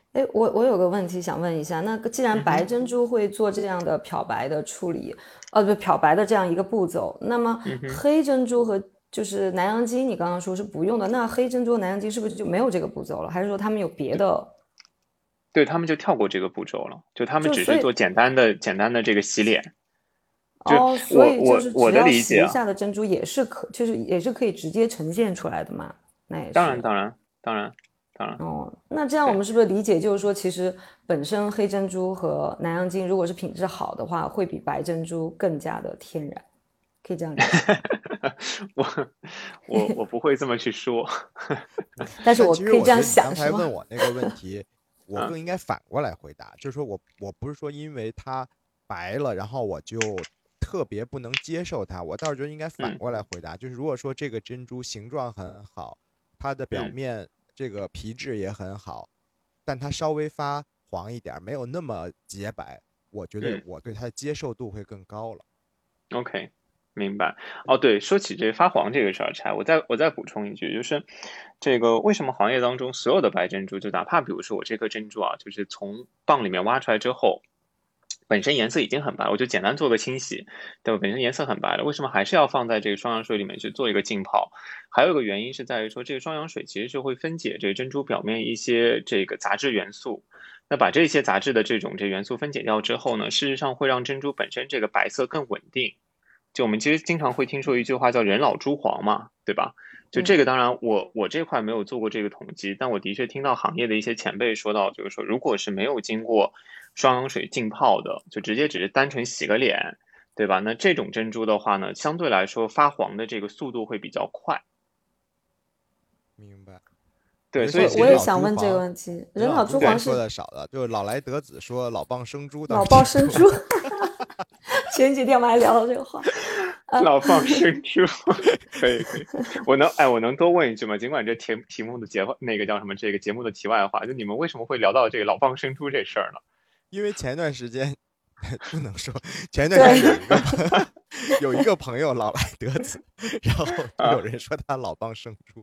哎，我有个问题想问一下，那既然白珍珠会做这样的漂白的处理，不，漂白的这样一个步骤，那么黑珍珠和就是南洋金，你刚刚说是不用的，那黑珍珠和南洋金是不是就没有这个步骤了？还是说他们有别的？ 对，他们就跳过这个步骤了，就他们只是就所以做简单的这个洗脸。就是哦，所以就是我只要的理解啊， 洗一下的珍珠也是就是也是可以直接呈现出来的嘛？那也是。 当然当然当然当然， 哦，那这样我对。 们是不是理解就是说，其实本身黑珍珠和南洋金如果是品质好的话，会比白珍珠更加的天然，可以这样理解？ 我我不会这么去说。 但是但我可以这样其实我觉得你想， 刚才问是吗？ 我那个问题，我嗯更应该反过来回答，就是说我不是说因为它白了，然后我就特别不能接受它，我倒是觉得应该反嗯过来回答，就是如果说这个珍珠形状很好，它的表嗯面这个皮质也很好，但它稍微发黄一点，没有那么洁白，我觉得嗯我对它的接受度会更高了。 ，OK，明白。哦，对，说起这发黄这个事儿，柴，我再补充一句，就是这个为什么行业当中所有的白珍珠，就哪怕比如说我这颗珍珠啊，就是从蚌里面挖出来之后，本身颜色已经很白，我就简单做个清洗，对吧？本身颜色很白了，为什么还是要放在这个双氧水里面去做一个浸泡？还有一个原因是在于说，这个双氧水其实是会分解这个珍珠表面一些这个杂质元素。那把这些杂质的这元素分解掉之后呢，事实上会让珍珠本身这个白色更稳定。就我们其实经常会听说一句话叫"人老珠黄"嘛，对吧？就这嗯， 个，当然我这块没有做过这个统计，但我的确听到行业的一些前辈说到，就是说，如果是没有经过双氧水浸泡的，就直接只是单纯洗个脸，对吧？那这种珍珠的话呢，相对来说发黄的这个速度会比较快。 明白。有对， 人说所以其实我也人老想问这个珠黄， 问题， 人人老老珠黄说珠黄是的少的，就是老来得子说老蚌生珠倒老是挺多。 蚌生珠，前几天我们还聊到这个话， 老放生珠，可以可以，我能多问一句吗？尽管这题目的那个叫什么，这个节目的题外话，就你们为什么会聊到这个老放生珠这事儿呢？ 因为前段时间不能说，前一段时对， 间有一个朋友老来得子，然后就有人说他老蚌生珠。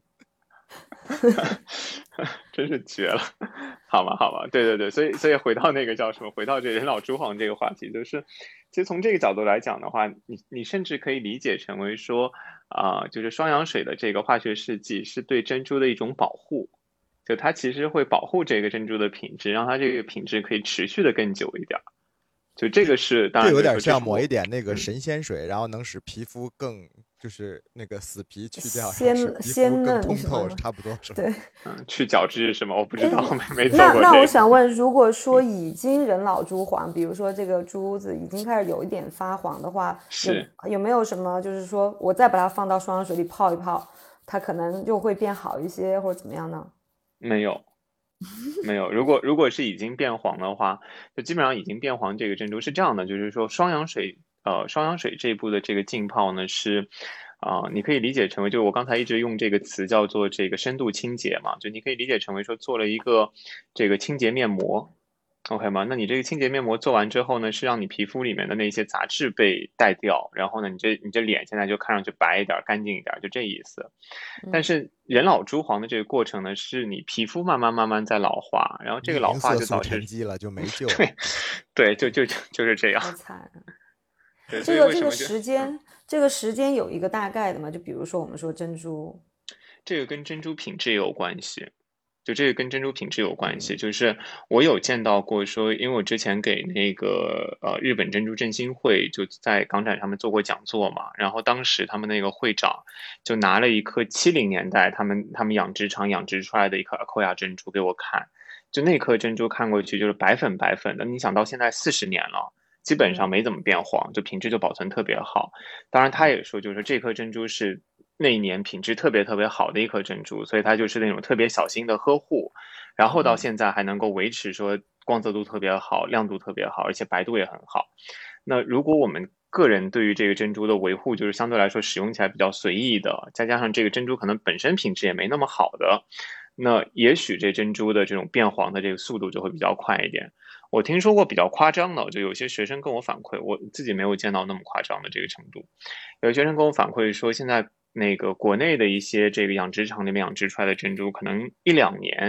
真是绝了，好吗？好吗？对对对，所以回到那个叫什么，回到这人老珠黄这个话题，就是其实从这个角度来讲的话，你甚至可以理解成为说就是双氧水的这个化学试剂是对珍珠的一种保护，就它其实会保护这个珍珠的品质，让它这个品质可以持续的更久一点。就这个是当这有然就是点像抹一说这是我点那个嗯神仙水，然后能使皮肤更就是那个死皮去掉，然后使鲜皮肤鲜更通透， 嫩什么的， 差不多是吧？ 对。 去角质什么，我不知哎， 道，没做那那我过这个。 想问，如果说已经人老珠黄，比如说这个珠子已经开始有一点发黄的话， 是有没有什么就是说我再把它放到双氧水里泡一泡，它可能就会变好一些，或者怎么样呢？ 没有。没有，如果是已经变黄的话，就基本上已经变黄。这个珍珠是这样的，就是说双氧水这一步的这个浸泡呢是，你可以理解成为，就我刚才一直用这个词叫做这个深度清洁嘛，就你可以理解成为说做了一个这个清洁面膜。OK 吗？那你这个清洁面膜做完之后呢，是让你皮肤里面的那些杂质被带掉，然后呢，你这脸现在就看上去白一点、干净一点，就这意思。但是人老珠黄的这个过程呢，是你皮肤慢慢在老化，然后这你已个老化经色素就导致， 沉积了，就没救了。 对，对，就是这样。 好惨啊！ 对，所以这个这个为什么就时间，这个时间有一个大概的嘛？就比如说我们说珍珠， 这个跟珍珠品质也有关系。就这个跟珍珠品质有关系，就是我有见到过说，因为我之前给那个日本珍珠振兴会就在港展上面做过讲座嘛，然后当时他们那个会长就拿了一颗70年代他们养殖场养殖出来的一颗阿扣亚珍珠给我看，就那颗珍珠看过去就是白粉白粉的，你想到现在40年了，基本上没怎么变黄，就品质就保存特别好。当然他也说，就是这颗珍珠是那一年品质特别特别好的一颗珍珠，所以它就是那种特别小心的呵护，然后到现在还能够维持说光泽度特别好，亮度特别好，而且白度也很好。那如果我们个人对于这个珍珠的维护，就是相对来说使用起来比较随意的，再加上这个珍珠可能本身品质也没那么好的，那也许这珍珠的这种变黄的这个速度就会比较快一点。我听说过比较夸张的，就有些学生跟我反馈，我自己没有见到那么夸张的这个程度。有学生跟我反馈说，现在那个国内的一些这个养殖场里面养殖出来的珍珠，可能1-2年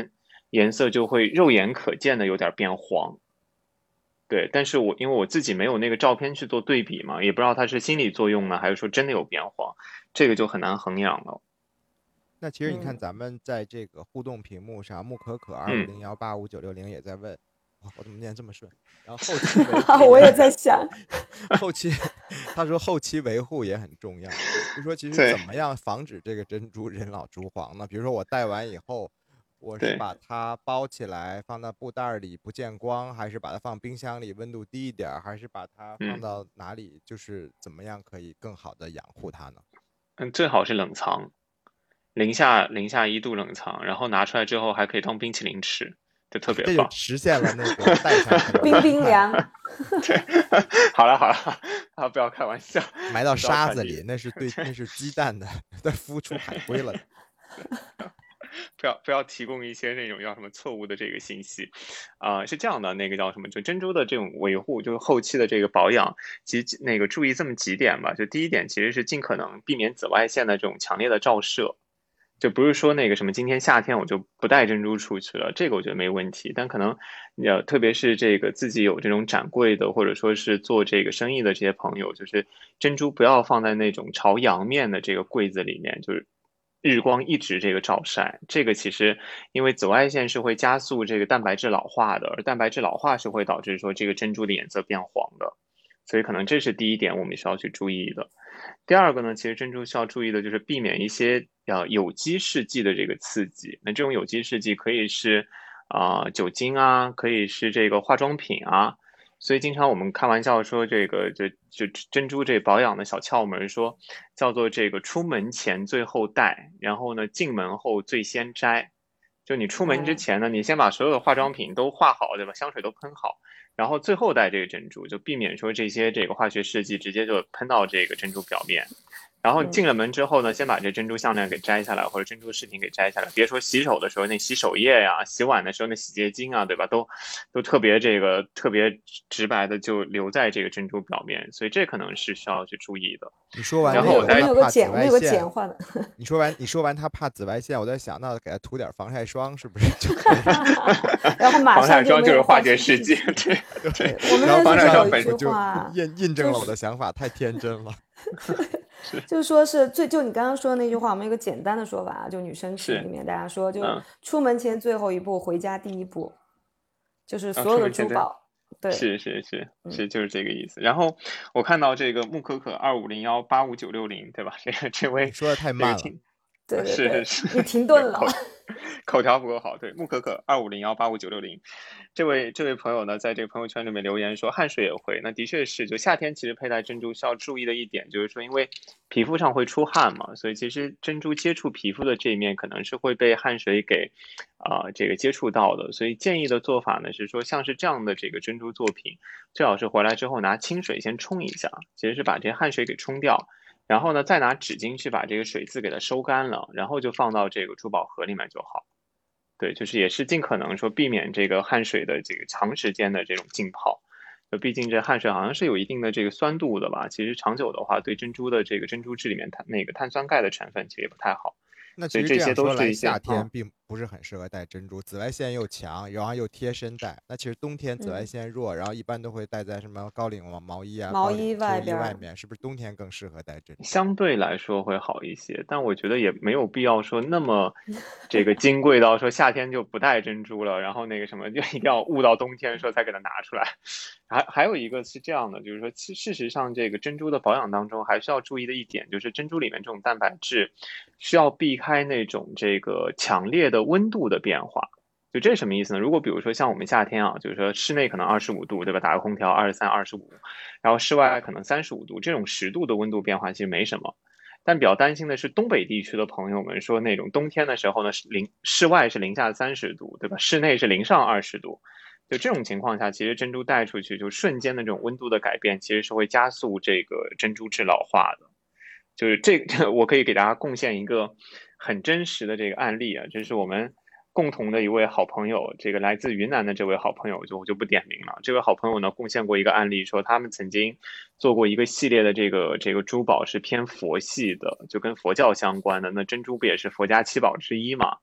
颜色就会肉眼可见的有点变黄。对，但是因为我自己没有那个照片去做对比嘛，也不知道它是心理作用呢，还是说真的有变黄，这个就很难衡量了。 那其实你看咱们在这个互动屏幕上，木可可25018596也在问，我怎么念这么顺？然后后期维护我也在想， 后期他说后期维护也很重要，就说其实怎么样防止这个珍珠人老珠黄呢？比如说我戴完以后，我是把它包起来放到布袋里不见光，还是把它放冰箱里温度低一点，还是把它放到哪里？就是怎么样可以更好的养护它呢？ 最好是冷藏，零下1度冷藏，然后拿出来之后还可以当冰淇淋吃，就特别棒。 这就实现了那个带上冰冰凉。 对，好了，不要开玩笑， 埋到沙子里，那是鸡蛋的，在孵出海龟了。 不要提供一些那种叫什么错误的这个信息，是这样的，那个叫什么，就珍珠的这种维护，就是后期的这个保养，其实那个注意这么几点吧。就第一点，其实是尽可能避免紫外线的这种强烈的照射，就不是说那个什么今天夏天我就不带珍珠出去了，这个我觉得没问题。但可能特别是这个自己有这种展柜的，或者说是做这个生意的这些朋友，就是珍珠不要放在那种朝阳面的这个柜子里面，就是日光一直这个照晒，这个其实因为紫外线是会加速这个蛋白质老化的，而蛋白质老化是会导致说这个珍珠的颜色变黄的，所以可能这是第一点我们需要去注意的。第二个呢，其实珍珠需要注意的就是避免一些有机试剂的这个刺激。那这种有机试剂可以是酒精啊，可以是这个化妆品啊。所以经常我们开玩笑说这个就珍珠这保养的小窍门，说叫做这个出门前最后戴，然后呢进门后最先摘。就你出门之前呢，你先把所有的化妆品都化好，对吧？香水都喷好，然后最后戴这个珍珠，就避免说这些这个化学试剂直接就喷到这个珍珠表面。然后进了门之后呢，先把这珍珠项链给摘下来，或者珍珠饰品给摘下来。别说洗手的时候那洗手液呀，洗碗的时候那洗洁精啊，对吧？都特别直白的就留在这个珍珠表面，所以这可能是需要去注意的。 你说完， 然后我们有个简化的。 你说完他怕紫外线，我在想，那给他涂点防晒霜是不是就可以？ 然后马上防晒霜就是化学试剂，对。 我们防晒霜有一句话印证了我的想法，太天真了。 就是说是就你刚刚说的那句话，我们有个简单的说法，就女生群里面大家说，就出门前最后一步，回家第一步，就是所有的珠宝。对， 是，就是这个意思。然后我看到这个木可可2501859660，对吧？这位说的太慢了， 对， 是， 你停顿了。 口条不够好。对，木可可2501859660，这位朋友呢，在这个朋友圈里面留言说汗水也会。那的确是，就夏天其实佩戴珍珠需要注意的一点就是说，因为皮肤上会出汗嘛，所以其实珍珠接触皮肤的这一面可能是会被汗水给这个接触到的。所以建议的做法呢是说，像是这样的这个珍珠作品，最好是回来之后拿清水先冲一下，其实是把这汗水给冲掉。然后呢，再拿纸巾去把这个水渍给它收干了，然后就放到这个珠宝盒里面就好。对，就是也是尽可能说避免这个汗水的这个长时间的这种浸泡。就毕竟这汗水好像是有一定的这个酸度的吧，其实长久的话对珍珠的这个珍珠质里面碳酸钙的成分其实也不太好。 那其实这样说来，夏天并不是很适合戴珍珠，紫外线又强，然后又贴身戴。那其实冬天紫外线弱，然后一般都会戴在什么高领毛衣啊、 毛衣外面，是不是冬天更适合戴珍珠？ 相对来说会好一些，但我觉得也没有必要说那么这个金贵到说夏天就不戴珍珠了，然后那个什么就一定要捂到冬天说才给它拿出来。还有一个是这样的，就是说事实上这个珍珠的保养当中还需要注意的一点，就是珍珠里面这种蛋白质需要避开那种这个强烈的温度的变化。就这是什么意思呢？如果比如说像我们夏天啊，就是说室内可能25度，对吧？打个空调23、25，然后室外可能35度，这种10度的温度变化其实没什么。但比较担心的是东北地区的朋友们说，那种冬天的时候呢，室外是零下30度，对吧？室内是零上20度。就这种情况下，其实珍珠带出去，就瞬间的这种温度的改变，其实是会加速这个珍珠质老化的。就是我可以给大家贡献一个很真实的这个案例啊，这是我们共同的一位好朋友，这个来自云南的这位好朋友，我就不点名了。这位好朋友呢，贡献过一个案例，说他们曾经做过一个系列的这个珠宝是偏佛系的，就跟佛教相关的。那珍珠不也是佛家7宝之一嘛？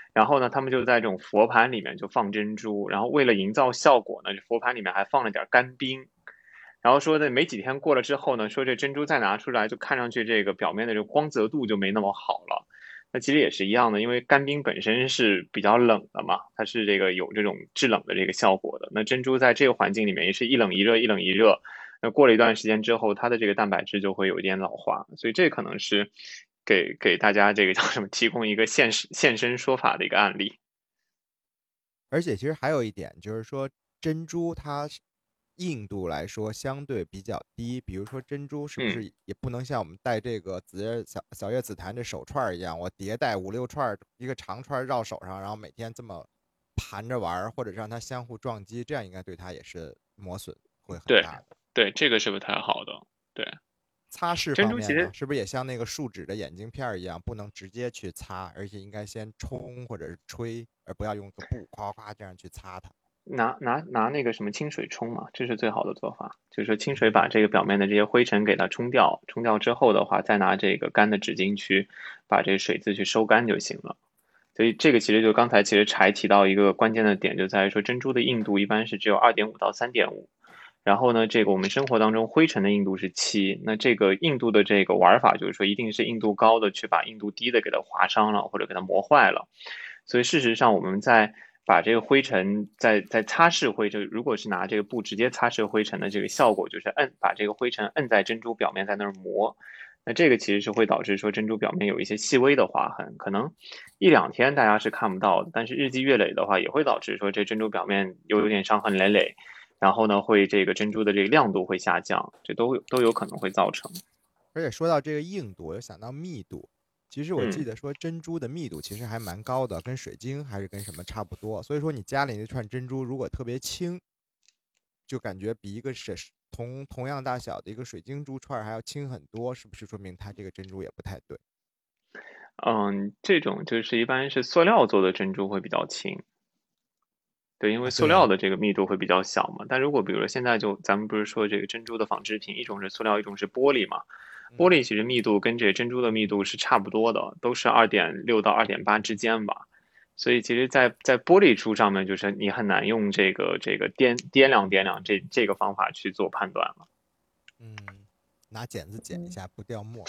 然后呢，他们就在这种佛盘里面就放珍珠，然后为了营造效果呢，这佛盘里面还放了点干冰。然后说的没几天过了之后呢，说这珍珠再拿出来，就看上去这个表面的这个光泽度就没那么好了。那其实也是一样的，因为干冰本身是比较冷的嘛，它是这个有这种制冷的这个效果的。那珍珠在这个环境里面也是一冷一热，一冷一热。那过了一段时间之后，它的这个蛋白质就会有一点老化，所以这可能是给大家这个叫什么，提供一个现身说法的一个案例。 而且其实还有一点就是说，珍珠它硬度来说相对比较低，比如说珍珠是不是也不能像我们戴这个小叶紫檀这手串一样，我叠戴5-6串一个长串绕手上，然后每天这么盘着玩，或者让它相互撞击，这样应该对它也是磨损会很大的。 对，这个是不太好的。对， 擦拭珍方面呢， 珠其实是不是也像那个树脂的眼镜片一样，不能直接去擦，而且应该先冲或者是吹，而不要用个布夸夸这样去擦它。 拿那个什么清水冲嘛，这是最好的做法。就是说清水把这个表面的这些灰尘给它冲掉，冲掉之后的话，再拿这个干的纸巾去把这个水渍去收干就行了。所以这个其实就刚才其实柴提到一个关键的点，就在于说珍珠的硬度一般是只有2.5到3.5。然后呢，这个我们生活当中灰尘的硬度是7，那这个硬度的这个玩法就是说，一定是硬度高的去把硬度低的给它划伤了或者给它磨坏了。所以事实上，我们在把这个灰尘在擦拭灰尘，如果是拿这个布直接擦拭灰尘的这个效果，就是把这个灰尘摁在珍珠表面在那儿磨。那这个其实是会导致说珍珠表面有一些细微的划痕，可能1-2天大家是看不到的，但是日积月累的话，也会导致说这珍珠表面有点伤痕累累。然后呢，会这个珍珠的这个亮度会下降，这都有可能会造成。 而且说到这个硬度，我又想到密度。其实我记得说珍珠的密度其实还蛮高的，跟水晶还是跟什么差不多。所以说你家里那串珍珠如果特别轻，就感觉比一个同样大小的一个水晶珠串还要轻很多，是不是说明它这个珍珠也不太对？ 这种就是一般是塑料做的珍珠会比较轻。对，因为塑对料的这个密度会比较小嘛。但如果比如说现在咱们不是说这个珍珠的纺织品，一种是塑料，一种是玻璃嘛。玻璃其实密度跟这珍珠的密度是差不多的，都是2.6到2.8之间吧。所以其实在玻璃珠上面，就是你很难用这个掂量这个方法去做判断了。 拿剪子剪一下不掉沫。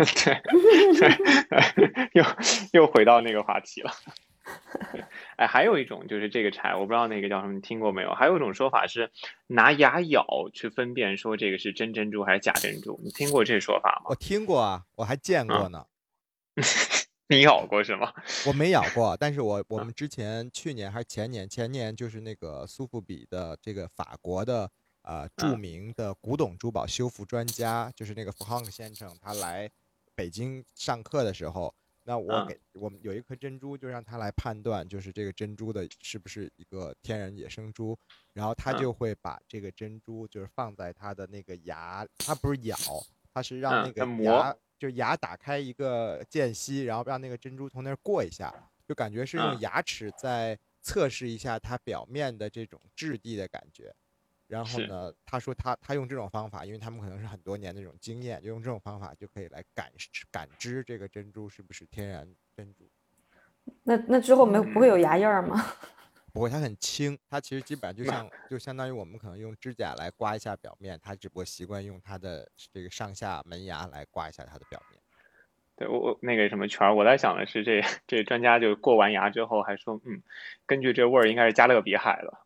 对，又回到那个话题了。哎，还有一种就是这个柴，我不知道那个叫什么，你听过没有？还有一种说法是拿牙咬去分辨说这个是真珍珠还是假珍珠，你听过这说法吗？ 我听过啊，我还见过呢。 你咬过是吗？ 我没咬过，但是我们之前去年还是前年就是那个苏富比的这个法国的著名的古董珠宝修复专家，就是那个弗朗克先生，他来北京上课的时候，那我们有一颗珍珠，就让他来判断，就是这个珍珠的是不是一个天然野生珠，然后他就会把这个珍珠就是放在他的那个牙，他不是咬，他是让那个牙。就牙打开一个间隙，然后让那个珍珠从那儿过一下，就感觉是用牙齿在测试一下它表面的这种质地的感觉。然后呢，他说他用这种方法，因为他们可能是很多年的这种经验，就用这种方法就可以来感知这个珍珠是不是天然珍珠。 那之后不会有牙印儿吗？ 不会，它很轻，它其实基本上就相当于我们可能用指甲来刮一下表面，它只不过习惯用它的这个上下门牙来刮一下它的表面。 对，我那个什么圈，我在想的是这专家就过完牙之后还说，根据这味儿应该是加勒比海的。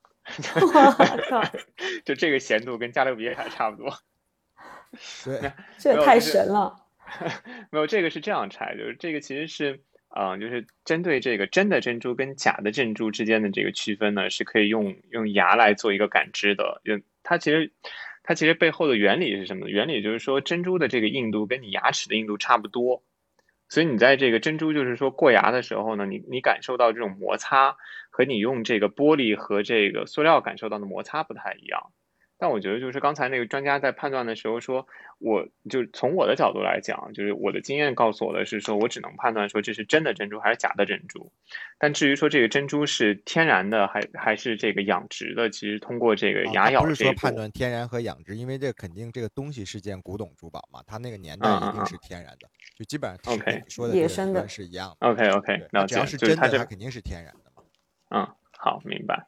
就这个咸度跟加勒比海差不多。 对， 这也太神了。 没有，这个是这样拆，就是这个其实是就是针对这个真的珍珠跟假的珍珠之间的这个区分呢，是可以用牙来做一个感知的。它其实背后的原理是什么？原理就是说珍珠的这个硬度跟你牙齿的硬度差不多，所以你在这个珍珠就是说过牙的时候呢，你感受到这种摩擦和你用这个玻璃和这个塑料感受到的摩擦不太一样。 但我觉得就是刚才那个专家在判断的时候说，我就从我的角度来讲，就是我的经验告诉我的是说，我只能判断说这是真的珍珠还是假的珍珠。但至于说这个珍珠是天然的还是这个养殖的，其实通过这个牙咬不是这一步， 说判断天然和养殖，因为这肯定这个东西是件古董珠宝嘛，它那个年代一定是天然的，就基本上是跟你说的野生的是一样的。OK， 对， 了解。 只要是真的，它肯定是天然的嘛。 好，明白。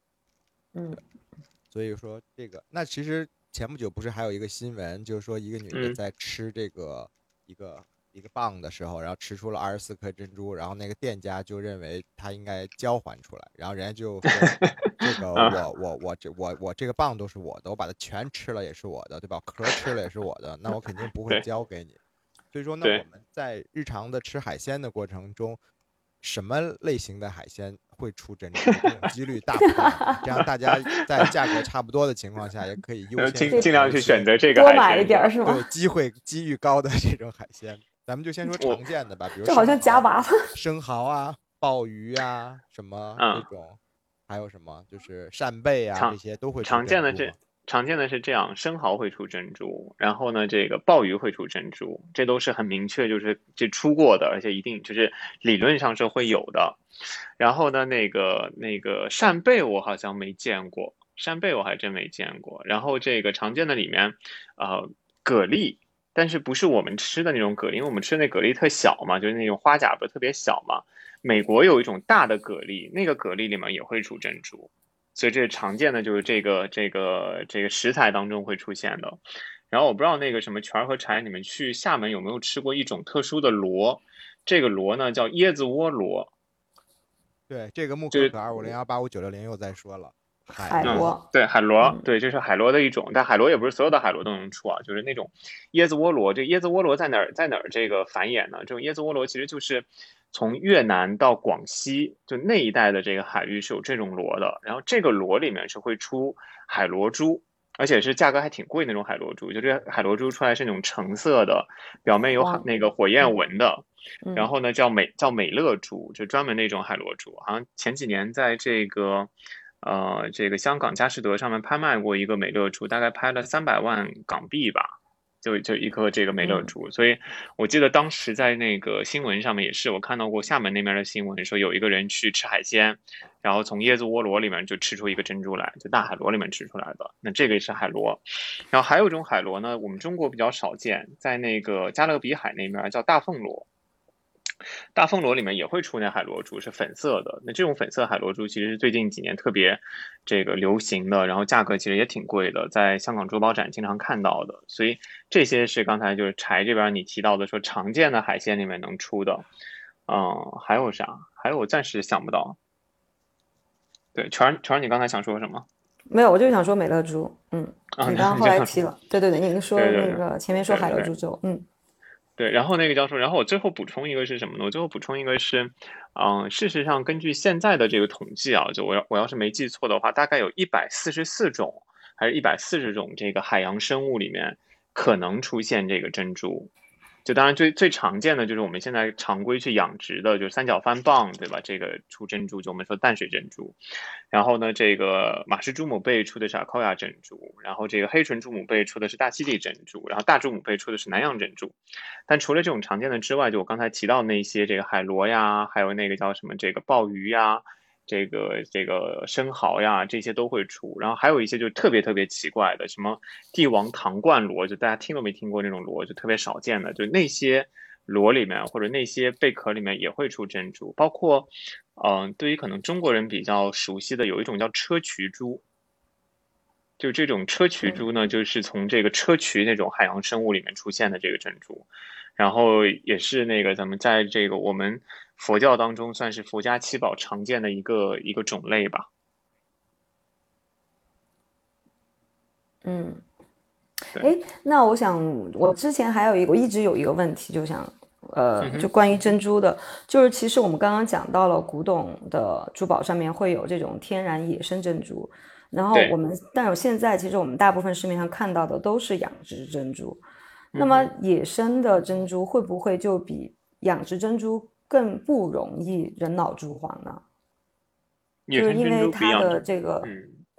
所以说这个，那其实前不久不是还有一个新闻，就是说一个女的在吃这个一个蚌的时候，然后吃出了24颗珍珠，然后那个店家就认为她应该交还出来，然后人家就说这个我这个蚌都是我的，我把它全吃了也是我的，对吧？壳吃了也是我的，那我肯定不会交给你。所以说呢，我们在日常的吃海鲜的过程中，什么类型的海鲜会出珍珠？这种几率大不大？这样大家在价格差不多的情况下，也可以优先尽量去选择这个多买一点，是吗？ 对，机遇高的这种海鲜，咱们就先说常见的吧，比如这好像夹娃娃， 生蚝啊、鲍鱼啊什么这种，还有什么就是扇贝啊，这些都会出珍珠。 常见的是这样，生蚝会出珍珠，然后呢，这个鲍鱼会出珍珠，这都是很明确，就是这出过的，而且一定就是理论上是会有的。然后呢，那个扇贝我好像没见过，扇贝我还真没见过。然后这个常见的里面，蛤蜊，但是不是我们吃的那种蛤蜊，因为我们吃的那蛤蜊特小嘛，就是那种花甲不是特别小嘛。美国有一种大的蛤蜊，那个蛤蜊里面也会出珍珠。所以这是常见的，就是这个食材当中会出现的。然后我不知道那个什么全和柴，你们去厦门有没有吃过一种特殊的螺？这个螺呢叫椰子窝螺。 对，这个木可可250185960又在说了， 海螺。 对，海螺，对，这是海螺的一种，但海螺也不是所有的海螺都能出啊，就是那种椰子窝螺。这椰子窝螺在哪儿这个繁衍呢？这种椰子窝螺其实就是从越南到广西就那一带的这个海域是有这种螺的，然后这个螺里面是会出海螺珠，而且是价格还挺贵那种海螺珠，就这海螺珠出来是那种橙色的，表面有那个火焰纹的，然后呢叫美乐珠，就专门那种海螺珠，好像前几年在这个香港佳士得上面拍卖过一个美乐珠，大概拍了300万港币吧。就一颗这个美乐珠，所以我记得当时在那个新闻上面也是，我看到过厦门那边的新闻，说有一个人去吃海鲜，然后从椰子窝螺里面就吃出一个珍珠来，就大海螺里面吃出来的。那这个也是海螺，然后还有一种海螺呢，我们中国比较少见，在那个加勒比海那边叫大凤螺。大凤螺里面也会出现海螺珠，是粉色的。那这种粉色海螺珠其实是最近几年特别这个流行的，然后价格其实也挺贵的，在香港珠宝展经常看到的。所以这些是刚才就是柴这边你提到的说常见的海鲜里面能出的。还有啥？还有我暂时想不到。对，全你刚才想说什么？ 没有，我就想说美乐珠。你刚刚后来提了，对，您说那个前面说海螺珠之后， 对，然后那个教授，然后我最后补充一个是什么呢？我最后补充一个是，事实上根据现在的这个统计啊，就我要是没记错的话，大概有144种还是140种这个海洋生物里面可能出现这个珍珠。就当然最常见的就是我们现在常规去养殖的，就是三角帆蚌，对吧？这个出珍珠，就我们说淡水珍珠。然后呢，这个马氏珠母贝出的是阿考亚珍珠，然后这个黑唇珠母贝出的是大溪地珍珠，然后大珠母贝出的是南洋珍珠。但除了这种常见的之外，就我刚才提到那些这个海螺呀，还有那个叫什么这个鲍鱼呀，这个生蚝呀，这些都会出。然后还有一些就特别奇怪的，什么帝王糖冠螺，就大家听都没听过那种螺，就特别少见的，就那些螺里面或者那些贝壳里面也会出珍珠。包括对于可能中国人比较熟悉的有一种叫砗磲珠，就这种砗磲珠呢，就是从这个砗磲那种海洋生物里面出现的这个珍珠，然后也是那个咱们在这个我们佛教当中算是佛家七宝常见的一个种类吧。 那我想我之前还有我一直有一个问题，就想就关于珍珠的，就是其实我们刚刚讲到了古董的珠宝上面会有这种天然野生珍珠，然后但是现在其实我们大部分市面上看到的都是养殖珍珠，那么野生的珍珠会不会就比养殖珍珠更不容易人脑珠黄呢？就是因为它的这个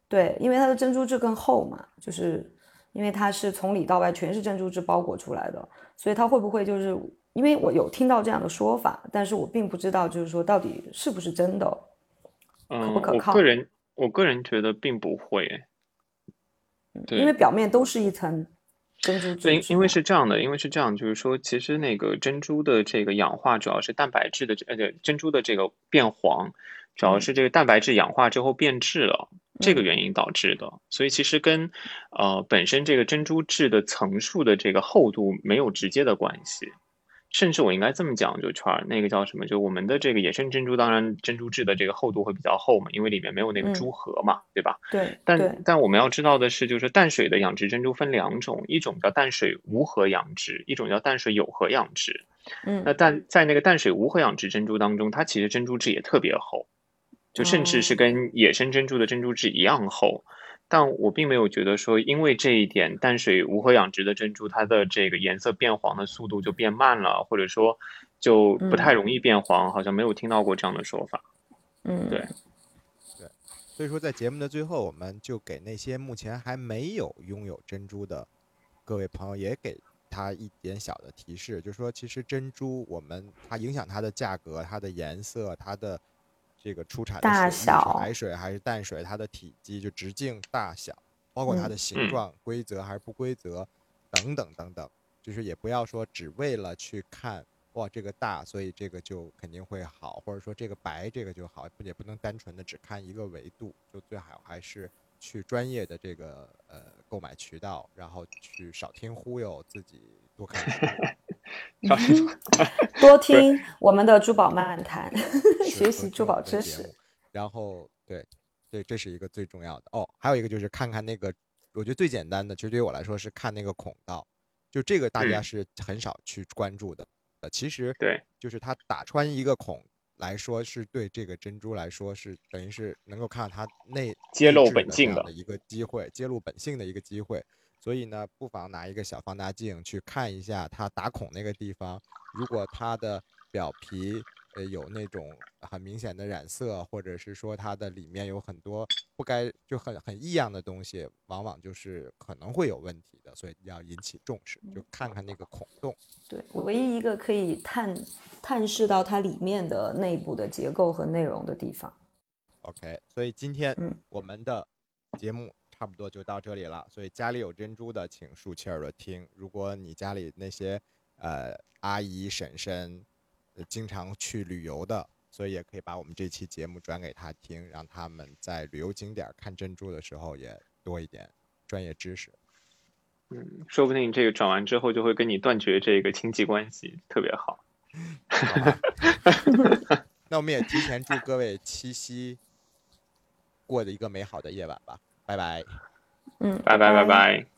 对，因为它的珍珠质更厚嘛，就是因为它是从里到外全是珍珠质包裹出来的，所以它会不会就是因为我有听到这样的说法，但是我并不知道就是说到底是不是真的，可不可我靠。 个人觉得并不会。对， 因为表面都是一层珍珠质， 对，因为是吗？ 是这样的，因为是这样，就是说，其实那个珍珠的这个氧化主要是蛋白质的珍珠的这个变黄，主要是这个蛋白质氧化之后变质了，这个原因导致的。所以其实跟本身这个珍珠质的层数的这个厚度没有直接的关系。甚至我应该这么讲，就圈儿那个叫什么？就我们的这个野生珍珠，当然珍珠质的这个厚度会比较厚嘛，因为里面没有那个珠核嘛，对吧？ 对对， 但我们要知道的是，就是淡水的养殖珍珠分两种，一种叫淡水无核养殖，一种叫淡水有核养殖。那在那个淡水无核养殖珍珠当中，它其实珍珠质也特别厚，就甚至是跟野生珍珠的珍珠质一样厚。但我并没有觉得说，因为这一点，淡水无核养殖的珍珠，它的这个颜色变黄的速度就变慢了，或者说就不太容易变黄，好像没有听到过这样的说法。对。 所以说在节目的最后，我们就给那些目前还没有拥有珍珠的各位朋友，也给他一点小的提示，就是说，其实珍珠它影响它的价格、它的颜色、它的这个出产的水域是海水还是淡水，它的体积就直径大小，包括它的形状、规则还是不规则等等等等，就是也不要说只为了去看哇这个大，所以这个就肯定会好，或者说这个白这个就好，也不能单纯的只看一个维度，就最好还是去专业的这个购买渠道，然后去少听忽悠，自己多看书。 多听我们的珠宝漫谈，学习珠宝知识。 然后对，这是一个最重要的哦。还有一个就是看看那个，我觉得最简单的，其实对于我来说是看那个孔道，就这个大家是很少去关注的。其实对， 就是它打穿一个孔来说，是对这个珍珠来说是等于是能够看到它揭露本性的一个机会，揭露本性的一个机会。所以呢，不妨拿一个小放大镜去看一下它打孔那个地方，如果它的表皮有那种很明显的染色，或者是说它的里面有很多不该就很异样的东西，往往就是可能会有问题的，所以要引起重视，就看看那个孔洞。 对，我唯一一个可以探视到它里面的内部的结构和内容的地方。 OK， 所以今天我们的节目差不多就到这里了。所以家里有珍珠的，请竖起耳朵听。如果你家里那些阿姨婶婶经常去旅游的，所以也可以把我们这期节目转给他听，让他们在旅游景点看珍珠的时候也多一点专业知识。 说不定这个转完之后就会跟你断绝这个亲戚关系，特别好。 好吧那我们也提前祝各位七夕过的一个美好的夜晚吧，拜拜。 拜拜。